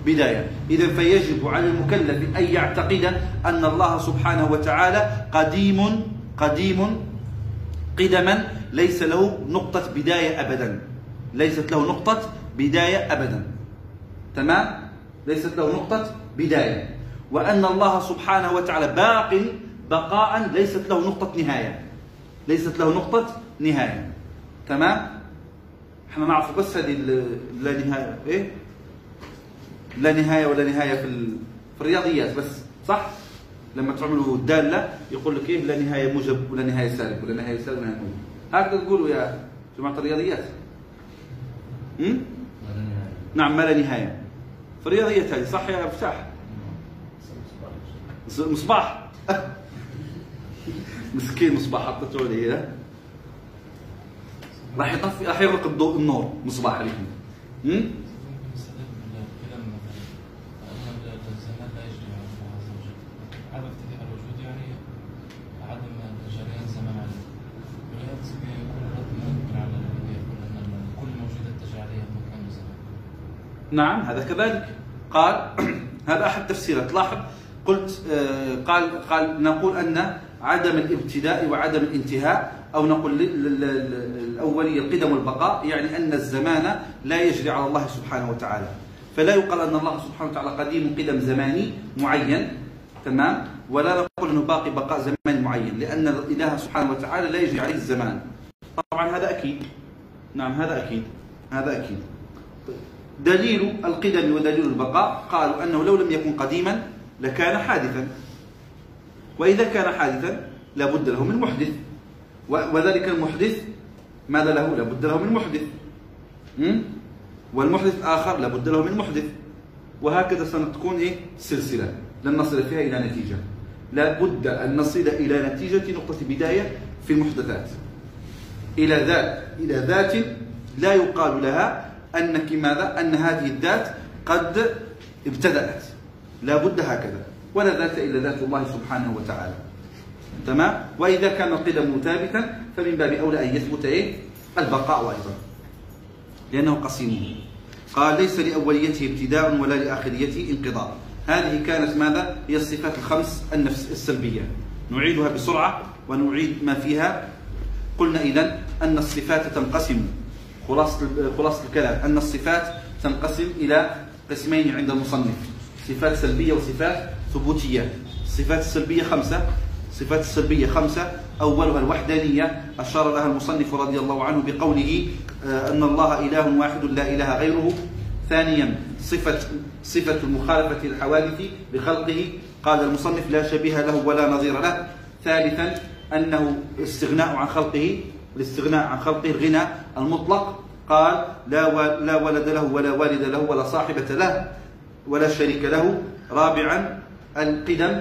بداية. إذا فيجب على المكلف أن يعتقد أن الله سبحانه وتعالى قديم قديم قدما ليس له نقطة بداية أبدا، ليست له نقطة بداية أبدا، تمام؟ ليست له نقطة بداية. وأن الله سبحانه وتعالى باق بقاء ليست له نقطة نهاية، ليست له نقطة نهاية، تمام؟ احنا نعرف بس هذه لا نهاية، ايه؟ لا نهاية ولا نهاية في في الرياضيات بس، صح؟ لما تعملوا الدالة يقول لك ايه؟ لا نهاية موجب ولا نهاية سالب ولا نهاية سالب ولا نهاية موجب. هكذا تقولوا يا جماعة الرياضيات. امم؟ نعم، ما لا نهاية. في الرياضيات هذه صح يا مفتاح؟ مصباح. مسكين مصباح حطيته عليه، راح يطفي، راح يغرق الضوء النور مصباح عليكم. امم؟ نعم هذا كذلك قال. هذا أحد تفسيرات. لاحظ قلت آه قال قال نقول أن عدم الابتداء وعدم الانتهاء، أو نقول الأولية القدم والبقاء، يعني أن الزمان لا يجري على الله سبحانه وتعالى. فلا يقال أن الله سبحانه وتعالى قديم قدم زماني معين، تمام؟ ولا نقول أنه باقي بقاء زماني معين، لأن الإله سبحانه وتعالى لا يجري عليه الزمان. طبعا هذا أكيد. نعم هذا أكيد، هذا أكيد. دليل القدم ودليل البقاء قالوا أنه لو لم يكن قديما لكان حادثا، وإذا كان حادثا لابد له من محدث، وذلك المحدث ماذا له؟ لابد له من محدث، والمحدث آخر لابد له من محدث، وهكذا ستكون إيه؟ سلسلة لن نصل فيها إلى نتيجة. لابد أن نصل إلى نتيجة نقطة بداية في المحدثات، إلى ذات إلى ذات لا يقال لها أنك ماذا؟ أن هذه الذات قد ابتدأت، لا بد هكذا، ولا ذات إلا ذات الله سبحانه وتعالى، تمام؟ وإذا كان القدم ثابتا فمن باب أولى أن يثبت إيه؟ البقاء أيضا، لأنه قسيم. قال ليس لأوليته ابتداء ولا لآخريته انقضاء. هذه كانت ماذا؟ هي الصفات الخمس النفس السلبية. نعيدها بسرعة ونعيد ما فيها. قلنا إذن أن الصفات تنقسم، خلاصة خلاصة الكلام أن الصفات تنقسم إلى قسمين عند المصنف: صفات سلبية وصفات ثبوتية. الصفات السلبية خمسة، الصفات السلبية خمسة. أولها الوحدانية، أشار لها المصنف رضي الله عنه بقوله أن الله إله واحد لا إله غيره. ثانيا صفة صفة المخالفة للحوادث بخلقه، قال المصنف لا شبيه له ولا نظير له. ثالثا أنه استغناء عن خلقه، الاستغناء عن خلقه الغنى المطلق، قال لا لا ولد له ولا والد له ولا صاحبة له ولا شريك له. رابعا القدم.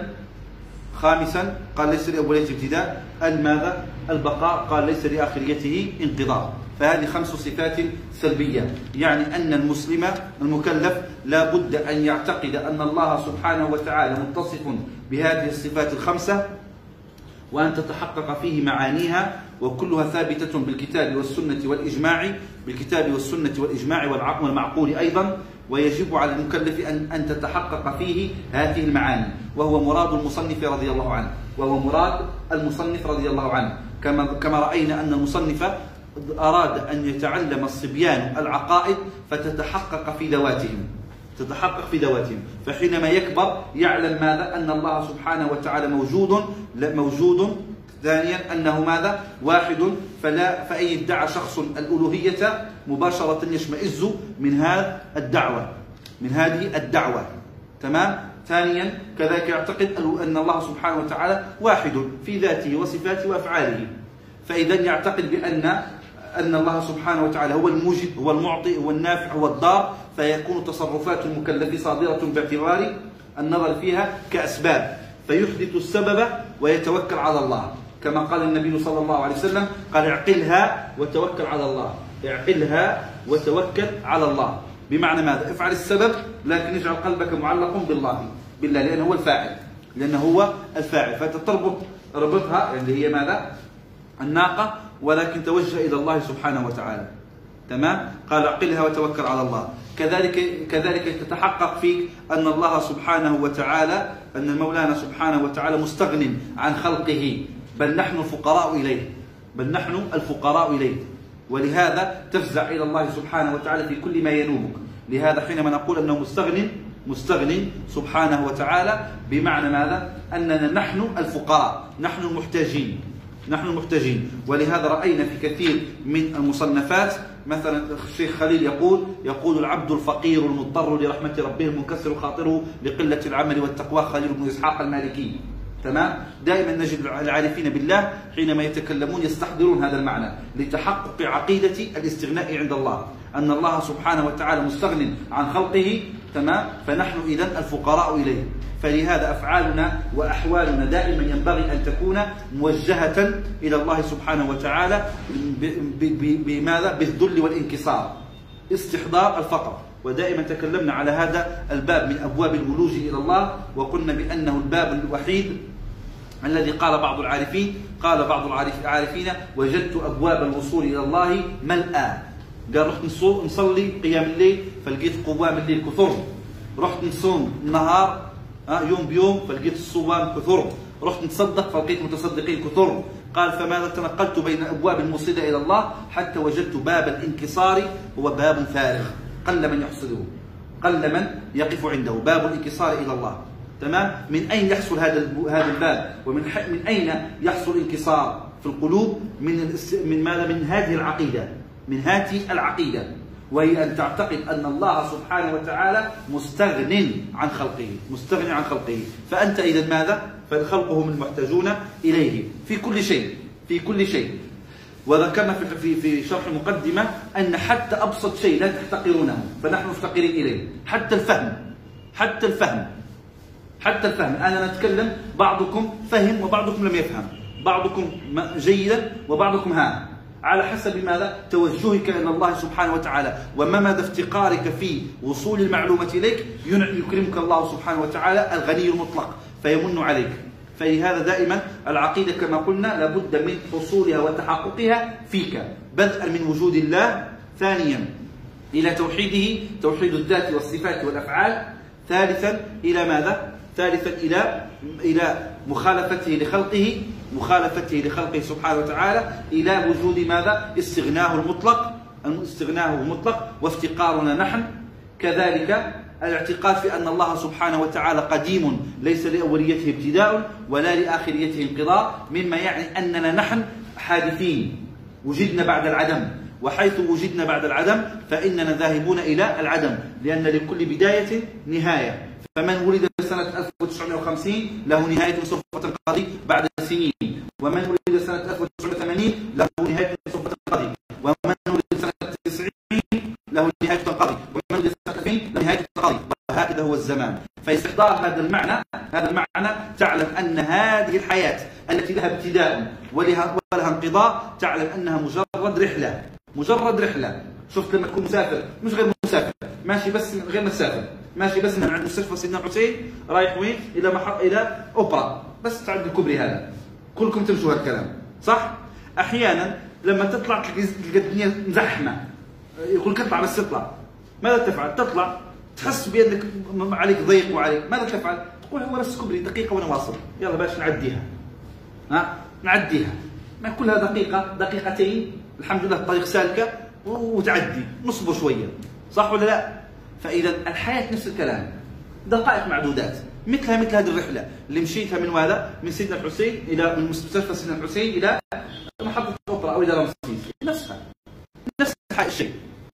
خامسا قال ليس لأوليته ابتداء. الماذا؟ البقاء، قال ليس لآخريته انقضاء. فهذه خمس صفات سلبية، يعني أن المسلم المكلف لا بد أن يعتقد أن الله سبحانه وتعالى متصف بهذه الصفات الخمسة، وأن تتحقق فيه معانيها، وكلها ثابتة بالكتاب والسنة والإجماع، بالكتاب والسنة والإجماع والعقل والمعقول أيضا. ويجب على المكلف أن أن تتحقق فيه هذه المعاني، وهو مراد المصنف رضي الله عنه، وهو مراد المصنف رضي الله عنه، كما كما رأينا أن المصنف أراد أن يتعلم الصبيان العقائد فتتحقق في ذواتهم، تتحقق في ذواتهم، فحينما يكبر يعلم ماذا؟ أن الله سبحانه وتعالى موجود موجود. ثانيا أنه ماذا؟ واحد، فلا فأي ادعى شخص الألوهية مباشرة يشمئز من هذه الدعوة، من هذه الدعوة، تمام؟ ثانيا كذلك يعتقد أن الله سبحانه وتعالى واحد في ذاته وصفاته وأفعاله، فإذا يعتقد بأن أن الله سبحانه وتعالى هو الموجد، هو المعطي، هو النافع، هو الضار، فيكون تصرفات المكلف صادرة باعتبار النظر فيها كأسباب، فيحدث السبب ويتوكل على الله، كما قال النبي صلى الله عليه وسلم، قال اعقلها وتوكل على الله، اعقلها وتوكل على الله، بمعنى ماذا؟ افعل السبب لكن اجعل قلبك معلق بالله، بالله لأنه هو الفاعل، لأنه هو الفاعل، فتربط ربطها اللي هي ماذا؟ الناقة، ولكن توجه إلى الله سبحانه وتعالى، تمام؟ قال اعقلها وتوكل على الله. كذلك كذلك تتحقق فيك أن الله سبحانه وتعالى، أن المولانا سبحانه وتعالى مستغن عن خلقه، بل نحن الفقراء إليه، بل نحن الفقراء إليه. ولهذا تفزع إلى الله سبحانه وتعالى في كل ما ينوبك. لهذا حينما نقول أنه مستغن مستغن سبحانه وتعالى، بمعنى ماذا؟ أننا نحن الفقراء، نحن المحتاجين، نحن المحتاجين. ولهذا رأينا في كثير من المصنفات، مثلا الشيخ خليل يقول يقول العبد الفقير المضطر لرحمة ربه المنكسر خاطره لقلة العمل والتقوى خليل بن إسحاق المالكي. تمام؟ دائما نجد العارفين بالله حينما يتكلمون يستحضرون هذا المعنى لتحقق عقيدة الاستغناء عند الله، أن الله سبحانه وتعالى مستغن عن خلقه. تمام؟ فنحن إذن الفقراء إليه. فلهذا أفعالنا وأحوالنا دائما ينبغي أن تكون موجهة إلى الله سبحانه وتعالى بماذا؟ بالذل والانكسار، استحضار الفقر. ودائما تكلمنا على هذا الباب من أبواب الولوج إلى الله، وقلنا بأنه الباب الوحيد الذي قال بعض العارفين قال بعض العارفين وجدت أبواب الوصول إلى الله ملأى. قال رحت نصلي قيام الليل فلقيت قوام الليل كثر، رحت نصوم النهار يوم بيوم فلقيت الصوام كثر، رحت نتصدق فلقيت متصدقين كثر. قال فماذا؟ تنقلت بين أبواب الموصلة إلى الله حتى وجدت باب الانكسار هو باب فارغ، قل من يحصده، قل من يقف عنده. باب الانكسار إلى الله. تمام؟ من أين يحصل هذا هذا الباب؟ ومن من أين يحصل الانكسار في القلوب؟ من من ماذا؟ من هذه العقيدة، من هذه العقيدة، وهي أن تعتقد أن الله سبحانه وتعالى مستغن عن خلقه، مستغن عن خلقه. فأنت إذا ماذا؟ فخلقه هم المحتاجون إليه في كل شيء، في كل شيء. وذكرنا في في شرح مقدمة أن حتى أبسط شيء لا تحتقرونه فنحن مفتقرين إليه، حتى الفهم، حتى الفهم، حتى الفهم. أنا نتكلم بعضكم فهم وبعضكم لم يفهم، بعضكم جيدا وبعضكم ها، على حسب ماذا؟ توجهك إلى الله سبحانه وتعالى وما مدى افتقارك في وصول المعلومة إليك. يكرمك الله سبحانه وتعالى الغني المطلق فيمن عليك. فلهذا دائما العقيدة كما قلنا لابد من حصولها وتحققها فيك، بدءا من وجود الله، ثانيا إلى توحيده، توحيد الذات والصفات والأفعال، ثالثا إلى ماذا؟ ثالثا إلى إلى مخالفته لخلقه، مخالفته لخلقه سبحانه وتعالى، إلى وجود ماذا؟ استغناه المطلق، استغناه المطلق وافتقارنا نحن. كذلك الاعتقاد في أن الله سبحانه وتعالى قديم ليس لأوليته ابتداء ولا لآخريته انقضاء، مما يعني أننا نحن حادثين، وجدنا بعد العدم، وحيث وجدنا بعد العدم فإننا ذاهبون إلى العدم، لأن لكل بداية نهاية. فمن ولد سنة ألف وتسعمائة وخمسين له نهاية سوف تنقضي بعد سنين، ومن ولد سنة ألف وتسعمائة وثمانين له نهاية سوف تنقضي، ومن ولد سنة تسعين له نهاية تنقضي، ومن ولد سنة ألفين له نهاية تنقضي، وهكذا هو الزمان. فاستحضار هذا المعنى، هذا المعنى تعلم أن هذه الحياة التي لها ابتداء ولها ولها انقضاء تعلم أنها مجرد رحلة، مجرد رحلة. شفت لما تكون مسافر، مش غير مسافر، ماشي بس غير مسافر، ماشي بس من عند مستشفى سيدنا حسين رايح وين؟ إلى محط إلى أوبرا، بس تعد الكوبري هذا. كلكم تمشوا هالكلام، صح؟ أحيانا لما تطلع تلقى الدنيا مزحمة، يقول لك اطلع بس اطلع. ماذا تفعل؟ تطلع تحس بأنك عليك ضيق وعليك، ماذا تفعل؟ تقول هو بس كوبري دقيقة وأنا واصل، يلا باش نعديها. ها؟ نعديها. ما كلها دقيقة، دقيقتين، الحمد لله الطريق سالكة وتعدي، نصبر شوية، صح ولا لا؟ فإذا الحياة نفس الكلام، دقائق معدودات، مثلها مثل هذه الرحلة اللي مشيتها من ماذا؟ من سيدنا الحسين إلى من مستشفى سيدنا الحسين إلى محطة الأوبرا أو إلى رمسيس، نفسها، نفس الشيء،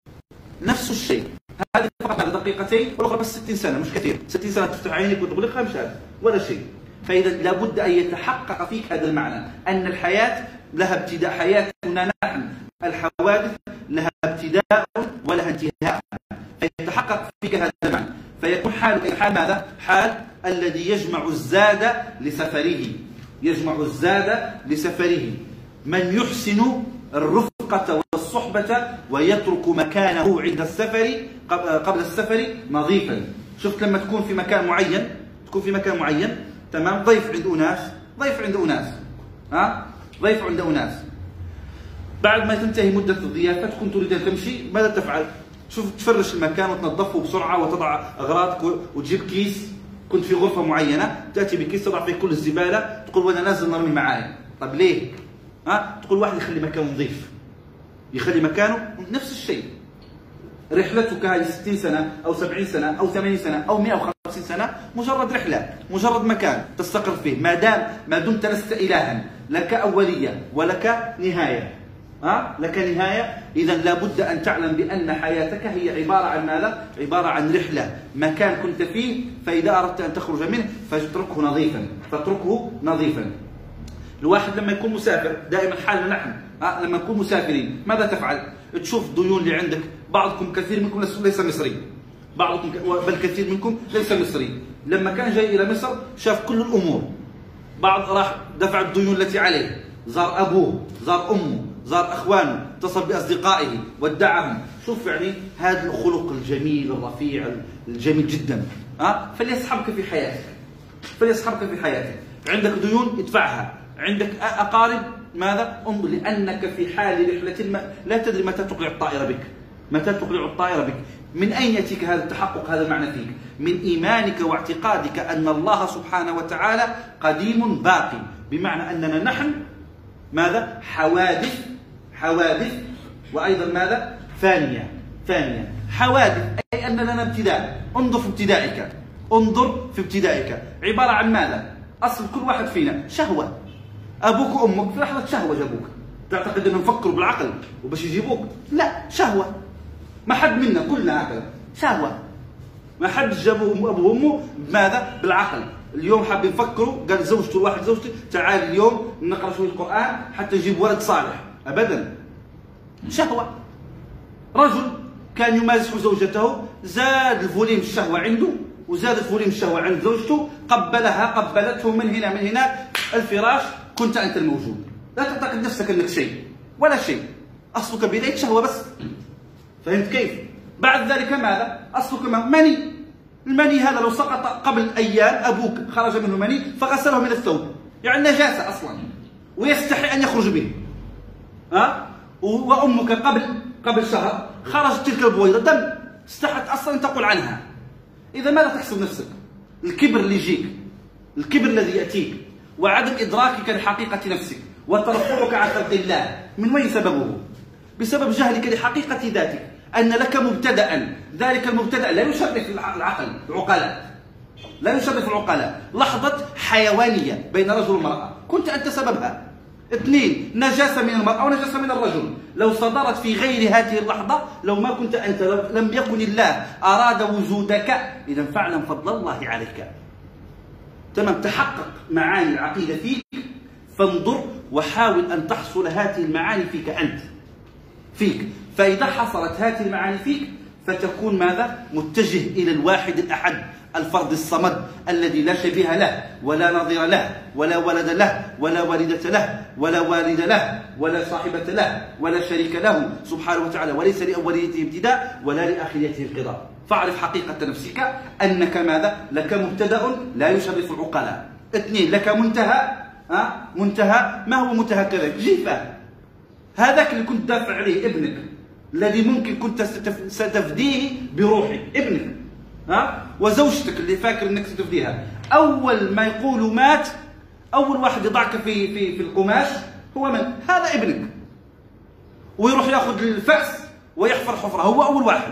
نفس الشيء. هذه فقط دقيقتين والأخرى بس ستين سنة، مش كثير، ستين سنة تفتح عينك وتغلقها مشان ولا شيء. فإذا لابد أن يتحقق فيك هذا المعنى أن الحياة لها ابتداء، حياتنا نحن الحوادث لها ابتداء ولها انتهاء، فيتحقق فيك هذا المعنى، فيكون حالك حال ماذا؟ حال الذي يجمع الزاد لسفره، يجمع الزاد لسفره، من يحسن الرفقة والصحبة ويترك مكانه عند السفر قبل السفر نظيفا. شفت لما تكون في مكان معين، تكون في مكان معين، تمام، ضيف عند أناس، ضيف عند أناس، ها؟ ضيف عند أناس، بعد ما تنتهي مدة الضيافة تكون تريد أن تمشي، ماذا تفعل؟ شوف تفرش المكان وتنظفه بسرعة وتضع أغراضك وتجيب كيس، كنت في غرفة معينة تأتي بكيس تضع فيه كل الزبالة، تقول وأنا نازل نرمي معايا. طب ليه؟ ها؟ تقول واحد يخلي مكانه نظيف، يخلي مكانه نفس الشيء. رحلتك هذه ستين سنة أو سبعين سنة أو ثمانين سنة أو مئة وخمسين سنة مجرد رحلة، مجرد مكان تستقر فيه، ما دام ما دمت لست إلها، لك أولية ولك نهاية. ها؟ لك نهاية، إذا لابد أن تعلم بأن حياتك هي عبارة عن ماذا؟ عبارة عن رحلة، مكان كنت فيه، فإذا أردت أن تخرج منه فاتركه نظيفا، فاتركه نظيفا. الواحد لما يكون مسافر، دائما حالنا نحن ها؟ لما نكون مسافرين ماذا تفعل؟ تشوف الديون اللي عندك، بعضكم كثير منكم ليس مصري، بعضكم بل كثير منكم ليس مصري، لما كان جاي إلى مصر شاف كل الأمور، بعض راح دفع الديون التي عليه، زار أبوه، زار أمه، زار أخوانه، اتصل بأصدقائه ودعهم. شوف يعني هذا الخلق الجميل الرفيع الجميل جدا، ها؟ فليصحبك في حياتك، فليصحبك في حياتك. عندك ديون ادفعها، عندك أقارب ماذا؟ انظر، لأنك في حال رحلة ما لا تدري متى تقلع الطائرة بك، متى تقلع الطائرة بك. من أين يأتيك هذا التحقق، هذا المعنى فيك؟ من إيمانك واعتقادك أن الله سبحانه وتعالى قديم باقي، بمعنى أننا نحن ماذا؟ حوادث، حوادث وأيضا ماذا؟ فانية، فانية. حوادث أي أن لنا ابتداء. انظر في ابتدائك، انظر في ابتدائك عبارة عن ماذا؟ أصل كل واحد فينا شهوة، أبوك وأمك في لحظة شهوة جابوك، تعتقد أنهم فكروا بالعقل وباش يجيبوك؟ لا، شهوة. ما حد منا، كلنا هكذا شهوة، ما حد جابوا أبوه وأمه بماذا؟ بالعقل. اليوم حابين يفكروا، قال زوجته الواحد زوجتي تعال اليوم نقرأ شوية القرآن حتى نجيب ولد صالح، أبدا، شهوة. رجل كان يمازح زوجته، زاد الفوليم الشهوة عنده وزاد الفوليم الشهوة عند زوجته، قبلها قبلته من هنا من هنا، الفراش كنت أنت الموجود، لا تعتقد نفسك أنك شيء ولا شيء، أصلك بداية شهوة بس. فهمت كيف؟ بعد ذلك ماذا؟ أصلك مني، المني هذا لو سقط قبل أيام أبوك خرج منه مني فغسله من الثوب، يعني نجاسة أصلا ويستحي أن يخرج به. ها؟ وأمك قبل قبل شهر خرجت تلك البويضة دم، استحت أصلا أن تقول عنها. إذا ماذا تحسب نفسك؟ الكبر اللي يجيك، الكبر الذي يأتيك، وعدم إدراكك لحقيقة نفسك، وترفعك عن خلق الله، من وين سببه؟ بسبب جهلك لحقيقة ذاتك، أن لك مبتدأ، ذلك المبتدأ لا يشرف العقل العقلاء، لا يشرف العقلاء. لحظة حيوانية بين رجل ومرأة كنت أنت سببها. اثنين، نجاسة من المرأة ونجاسة من الرجل، لو صدرت في غير هذه اللحظة، لو ما كنت أنت، لو لم يكن الله أراد وجودك، إذا فاعلم فضل الله عليك. تمام، تحقق معاني العقيدة فيك، فانظر وحاول أن تحصل هذه المعاني فيك أنت، فيك. فإذا حصلت هذه المعاني فيك فتكون ماذا؟ متجه إلى الواحد الأحد، الفرد الصمد الذي لا شبيه له ولا نظير له ولا ولد له ولا والدة له ولا والد له ولا صاحبة له ولا شريك له سبحانه وتعالى، وليس لأوليته ابتداء ولا لآخريته انقضاء. فاعرف حقيقة نفسك أنك ماذا؟ لك مبتدأ لا يشرف العقلاء. اثنين، لك منتهى. ها؟ منتهى، ما هو منتهى كذلك؟ جيفة، هذاك اللي كنت دافع عليه، ابنك الذي ممكن كنت ستفديه بروحك، ابنك. ها؟ وزوجتك اللي فاكر انك ستفديها، اول ما يقولوا مات، اول واحد يضعك في في في القماش هو من؟ هذا ابنك. ويروح ياخذ الفأس ويحفر حفره، هو اول واحد.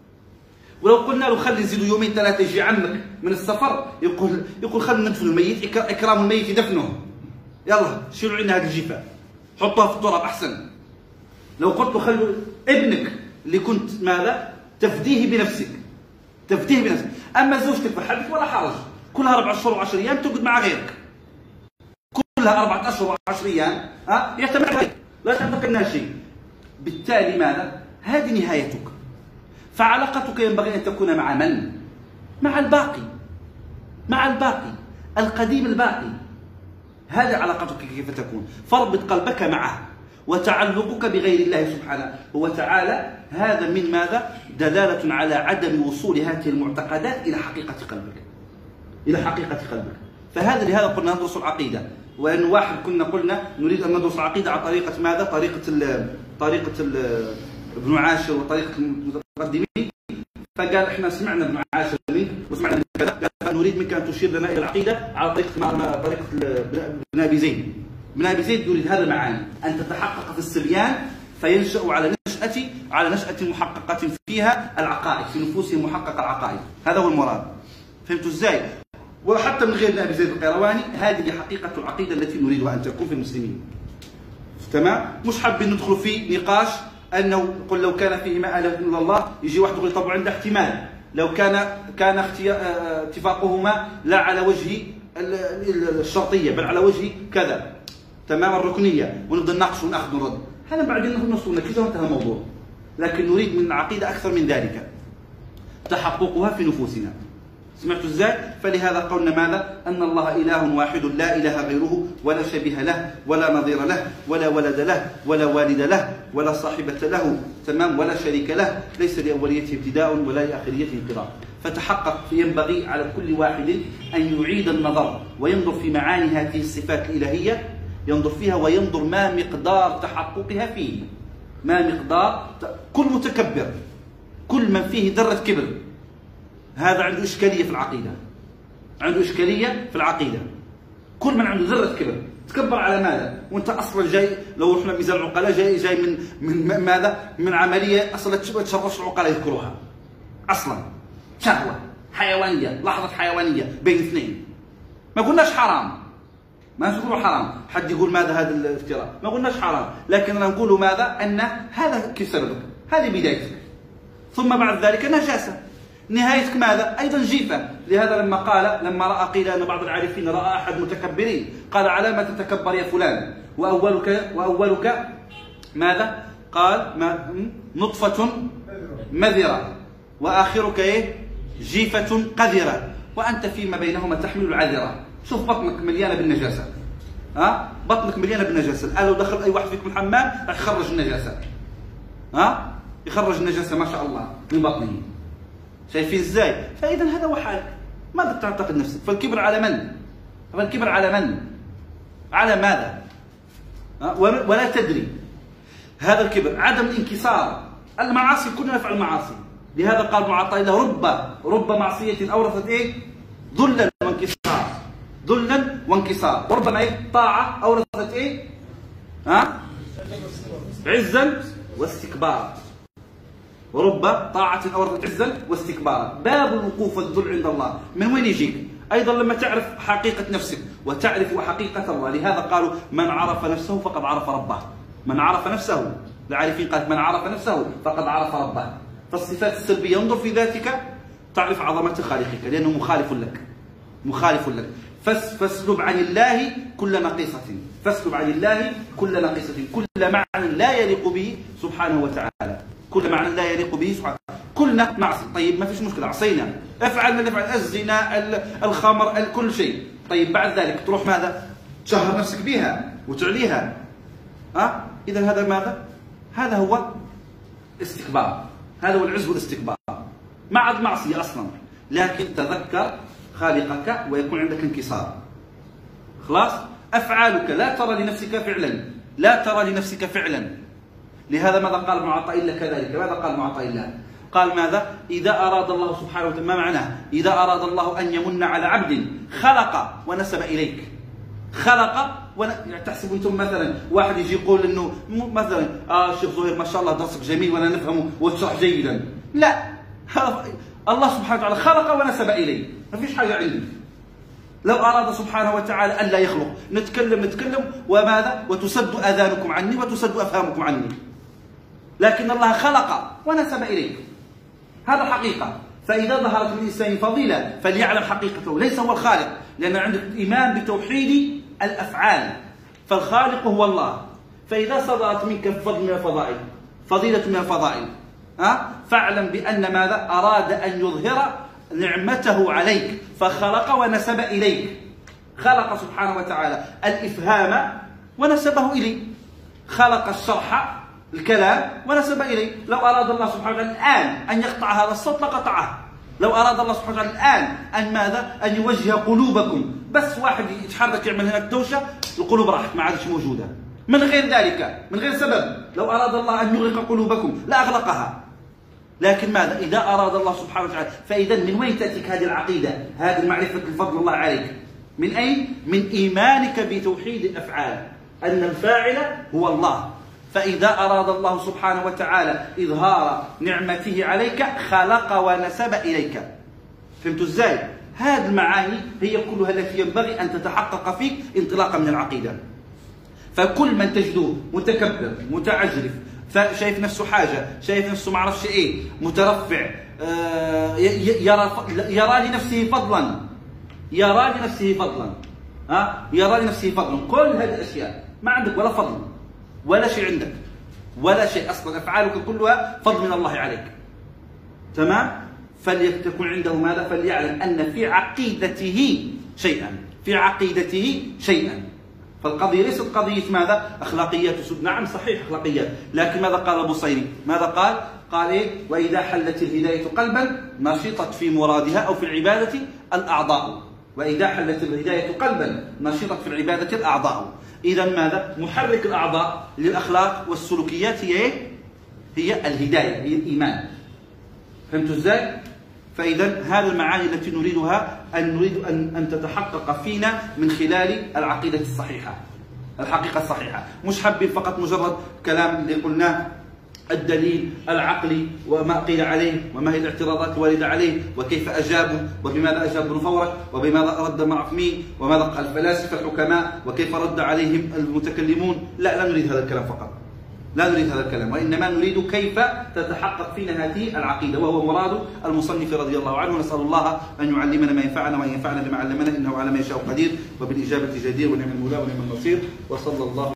ولو قلنا له خلي نزيدوا يومين ثلاثه يجي عمك من السفر، يقول يقول خلينا ندفن الميت، اكرام الميت دفنه، يلا شيلوا عنا هذه الجيفه حطوها في التراب احسن. لو قلت له خلوا ابنك اللي كنت ماذا؟ تفديه بنفسك، تفديه بنفسك. اما زوجتك فحدث ولا حرج، كلها اربع اشهر وعشر ايام تقعد مع غيرك، كلها اربعه اشهر وعشر ايام ها يعتمد عليك، لا تعتقد انها شيء. بالتالي ماذا؟ هذه نهايتك. فعلاقتك ينبغي ان تكون مع من؟ مع الباقي، مع الباقي القديم الباقي. هذه علاقتك كيف تكون؟ فاربط قلبك معه، وتعلقك بغير الله سبحانه وتعالى. هذا من ماذا؟ دلالة على عدم وصول هذه المعتقدات إلى حقيقة قلبك، إلى حقيقة قلبك. فهذا لهذا قلنا ندرس العقيدة، وأن واحد كنا قلنا نريد أن ندرس العقيدة على طريقة ماذا؟ طريقة ال طريقة ال ابن عاشر وطريقة المتقدمين، فقال احنا سمعنا ابن عاشر منك وسمعنا منك كذا، قال نريد منك أن تشير لنا إلى العقيدة على طريقة طريقة ابن أبي زيد. ابن أبي زيد يريد هذا المعاني، أن تتحقق في الصبيان فينشأ على نشأة على نشأة محققة فيها العقائد، في نفوسهم محقق العقائد، هذا هو المراد. فهمتوا ازاي؟ وحتى من غير ابن ابي زيد القيرواني هذه حقيقة العقيدة التي نريدها أن تكون في المسلمين. تمام؟ مش حابين ندخل في نقاش أنه قل لو كان فيه ما إله إلا الله، يجي واحد يقول طب عنده احتمال لو كان كان اتفاقهما لا على وجه الشرطية بل على وجه كذا، تمام، الركنية، ونبدأ نناقش ونأخذ ونرد، هذا بعدين نوصل نتيجة وانتهى الموضوع. لكن نريد من العقيدة أكثر من ذلك، تحققها في نفوسنا. سمعتوا ازاي؟ فلهذا قلنا ماذا؟ أن الله إله واحد لا إله غيره، ولا شبيه له، ولا نظير له، ولا ولد له، ولا والد له، ولا صاحبة له، تمام، ولا شريك له، ليس لأوليته ابتداء ولا لآخريته انقضاء. فتحقق ينبغي على كل واحد أن يعيد النظر وينظر في معاني هذه الصفات الإلهية، ينظر فيها وينظر ما مقدار تحققها فيه، ما مقدار. كل متكبر، كل من فيه ذرة كبر، هذا عنده إشكالية في العقيدة، عنده إشكالية في العقيدة. كل من عنده ذرة كبر تكبر على ماذا؟ وأنت أصلا جاي، لو رحنا ميزان العقلاء، جاي جاي من من ماذا؟ من عملية أصلا تشرفش العقلاء يذكروها، أصلا شهوة حيوانية، لحظة حيوانية بين اثنين. ما قلناش حرام، ما نقولوا حرام، حد يقول ماذا هذا الافتراء، ما قلناش حرام، لكن نقول ماذا؟ أن هذا كيف سببك، هذه بدايتك، ثم بعد ذلك نجاسة، نهايتك ماذا؟ أيضا جيفة. لهذا لما قال، لما رأى قيل أن بعض العارفين رأى أحد متكبرين قال على ما تتكبر يا فلان، وأولك وأولك ماذا؟ قال ما نطفة مذرة وآخرك إيه؟ جيفة قذرة وأنت فيما بينهما تحمل العذرة. شوف بطنك مليانة بالنجاسة، ها؟ بطنك مليانة بالنجاسة، الآن لو دخل أي واحد فيكم الحمام راح يخرج النجاسة، ها؟ يخرج النجاسة ما شاء الله من بطنه. شايفين ازاي؟ فإذا هذا هو حالك، ماذا تعتقد نفسك؟ فالكبر على من؟ فالكبر على من؟ على ماذا؟ ولا تدري. هذا الكبر، عدم الانكسار، المعاصي كلنا نفعل المعاصي. لهذا قال ابن عطاء الله رب رب معصية أورثت إيه؟ ذلا وانكسار، ذلا وانكسار. وربما إيه؟ طاعة أورثت إيه؟ ها؟ عزا واستكبارا. ورب طاعة أورثت عزا واستكبارا. باب الوقوف والذل عند الله من وين يجيك؟ أيضا لما تعرف حقيقة نفسك وتعرف حقيقة الله. لهذا قالوا من عرف نفسه فقد عرف ربه. من عرف نفسه، العارفين قال من عرف نفسه فقد عرف ربه. فالصفات السلبية انظر في ذاتك تعرف عظمة خالقك، لأنه مخالف لك، مخالف لك. فاسلب عن الله كل نقيصة، فاسلب عن الله كل نقيصة، كل معنى لا يليق به سبحانه وتعالى، كل معنى لا يليق به سبحانه. كلنا نعصي، طيب ما فيش مشكلة، عصينا، افعل ما نفعل، الزنا، الخمر، كل شيء. طيب بعد ذلك تروح ماذا؟ تشهر نفسك بها وتعليها، ها؟ إذا هذا ماذا؟ هذا هو استكبار، هذا هو العز والاستكبار، ما عاد معصية أصلا، لكن تذكر خالقك ويكون عندك انكسار. خلاص؟ أفعالك لا ترى لنفسك فعلا، لا ترى لنفسك فعلا. لهذا ماذا قال ابن عطاء الله كذلك؟ ماذا قال ابن عطاء الله؟ قال ماذا؟ إذا أراد الله سبحانه وتعالى، ما معناه؟ إذا أراد الله أن يمن على عبد خلق ونسب إليك، خلق ون... يعني تحسب أنتم مثلا واحد يجي يقول إنه مثلا آه شيخ زهير ما شاء الله درسك جميل وأنا نفهمه وتشرح جيدا، لا، الله سبحانه وتعالى خلق ونسب إليه، ما فيش حاجة عندي. لو أراد سبحانه وتعالى أن لا يخلق نتكلم نتكلم وماذا؟ وتسد آذانكم عني وتسد أفهامكم عني، لكن الله خلق ونسب إليه، هذا حقيقة. فإذا ظهرت من الإنسان فضيلة فليعلم حقيقته، ليس هو الخالق، لأن عندك إيمان بتوحيد الأفعال، فالخالق هو الله. فإذا صدرت منك فضل من الفضائل، فضيلة من الفضائل، ها؟ فاعلم بأن ماذا؟ أراد أن يظهر نعمته عليك فخلق ونسب إليك، خلق سبحانه وتعالى الإفهام ونسبه إليه، خلق الشرح الكلام ونسب إليه. لو أراد الله سبحانه وتعالى الآن أن يقطع هذا الصوت لقطعه، لو أراد الله سبحانه وتعالى الآن أن ماذا؟ أن يوجه قلوبكم، بس واحد يتحرك يعمل هناك دوشة القلوب راحت ما عادش موجودة، من غير ذلك، من غير سبب. لو أراد الله أن يغلق قلوبكم لأغلقها. لكن ماذا؟ إذا أراد الله سبحانه وتعالى، فإذا من وين تأتيك هذه العقيدة؟ هذه معرفة الفضل الله عليك من أين؟ من إيمانك بتوحيد الأفعال، أن الفاعل هو الله. فإذا أراد الله سبحانه وتعالى إظهار نعمته عليك خلق ونسب إليك. فهمتوا إزاي؟ هذه المعاني هي كلها التي ينبغي أن تتحقق فيك انطلاقا من العقيدة. فكل من تجدوه متكبر متعجرف شايف نفسه حاجة، شايف نفسه ما عرفش إيه، مترفع، آه يرى يرى لنفسه فضلا، يرى لنفسه فضلا، ها يرى لنفسه فضلا. كل هذه الأشياء ما عندك ولا فضل ولا شيء عندك ولا شيء أصلا، أفعالك كلها فضل من الله عليك. تمام؟ فليكن عنده ماذا؟ فليعلم أن في عقيدته شيئا، في عقيدته شيئا. فالقضية ليست قضية ماذا؟ أخلاقيات. نعم صحيح أخلاقيات، لكن ماذا قال البصيري؟ ماذا قال؟ قال إيه؟ وإذا حلت الهداية قلبا نشطت في مرادها أو في العبادة الأعضاء. وإذا حلت الهداية قلبا نشطت في العبادة الأعضاء. إذا ماذا؟ محرك الأعضاء للأخلاق والسلوكيات هي إيه؟ هي الهداية، هي الإيمان. فهمتوا إزاي؟ فإذا هذه المعاني التي نريدها أن نريد أن أن تتحقق فينا من خلال العقيدة الصحيحة، الحقيقة الصحيحة. مش حابين فقط مجرد كلام اللي قلناه، الدليل العقلي وما قيل عليه وما هي الاعتراضات الواردة عليه وكيف أجابوا وبماذا أجاب ابن فورك وبماذا رد معرف مين وماذا قال الفلاسفة الحكماء وكيف رد عليهم المتكلمون. لا لا نريد هذا الكلام فقط، لا نريد هذا الكلام، وإنما نريد كيف تتحقق فينا هذه العقيدة، وهو مراد المصنف رضي الله عنه. نسأل الله أن يعلمنا ما ينفعنا وأن ينفعنا بما علمنا، إنه على ما يشاء قدير، وبالإجابة جدير، ونعم المولى ونعم النصير، وصلى الله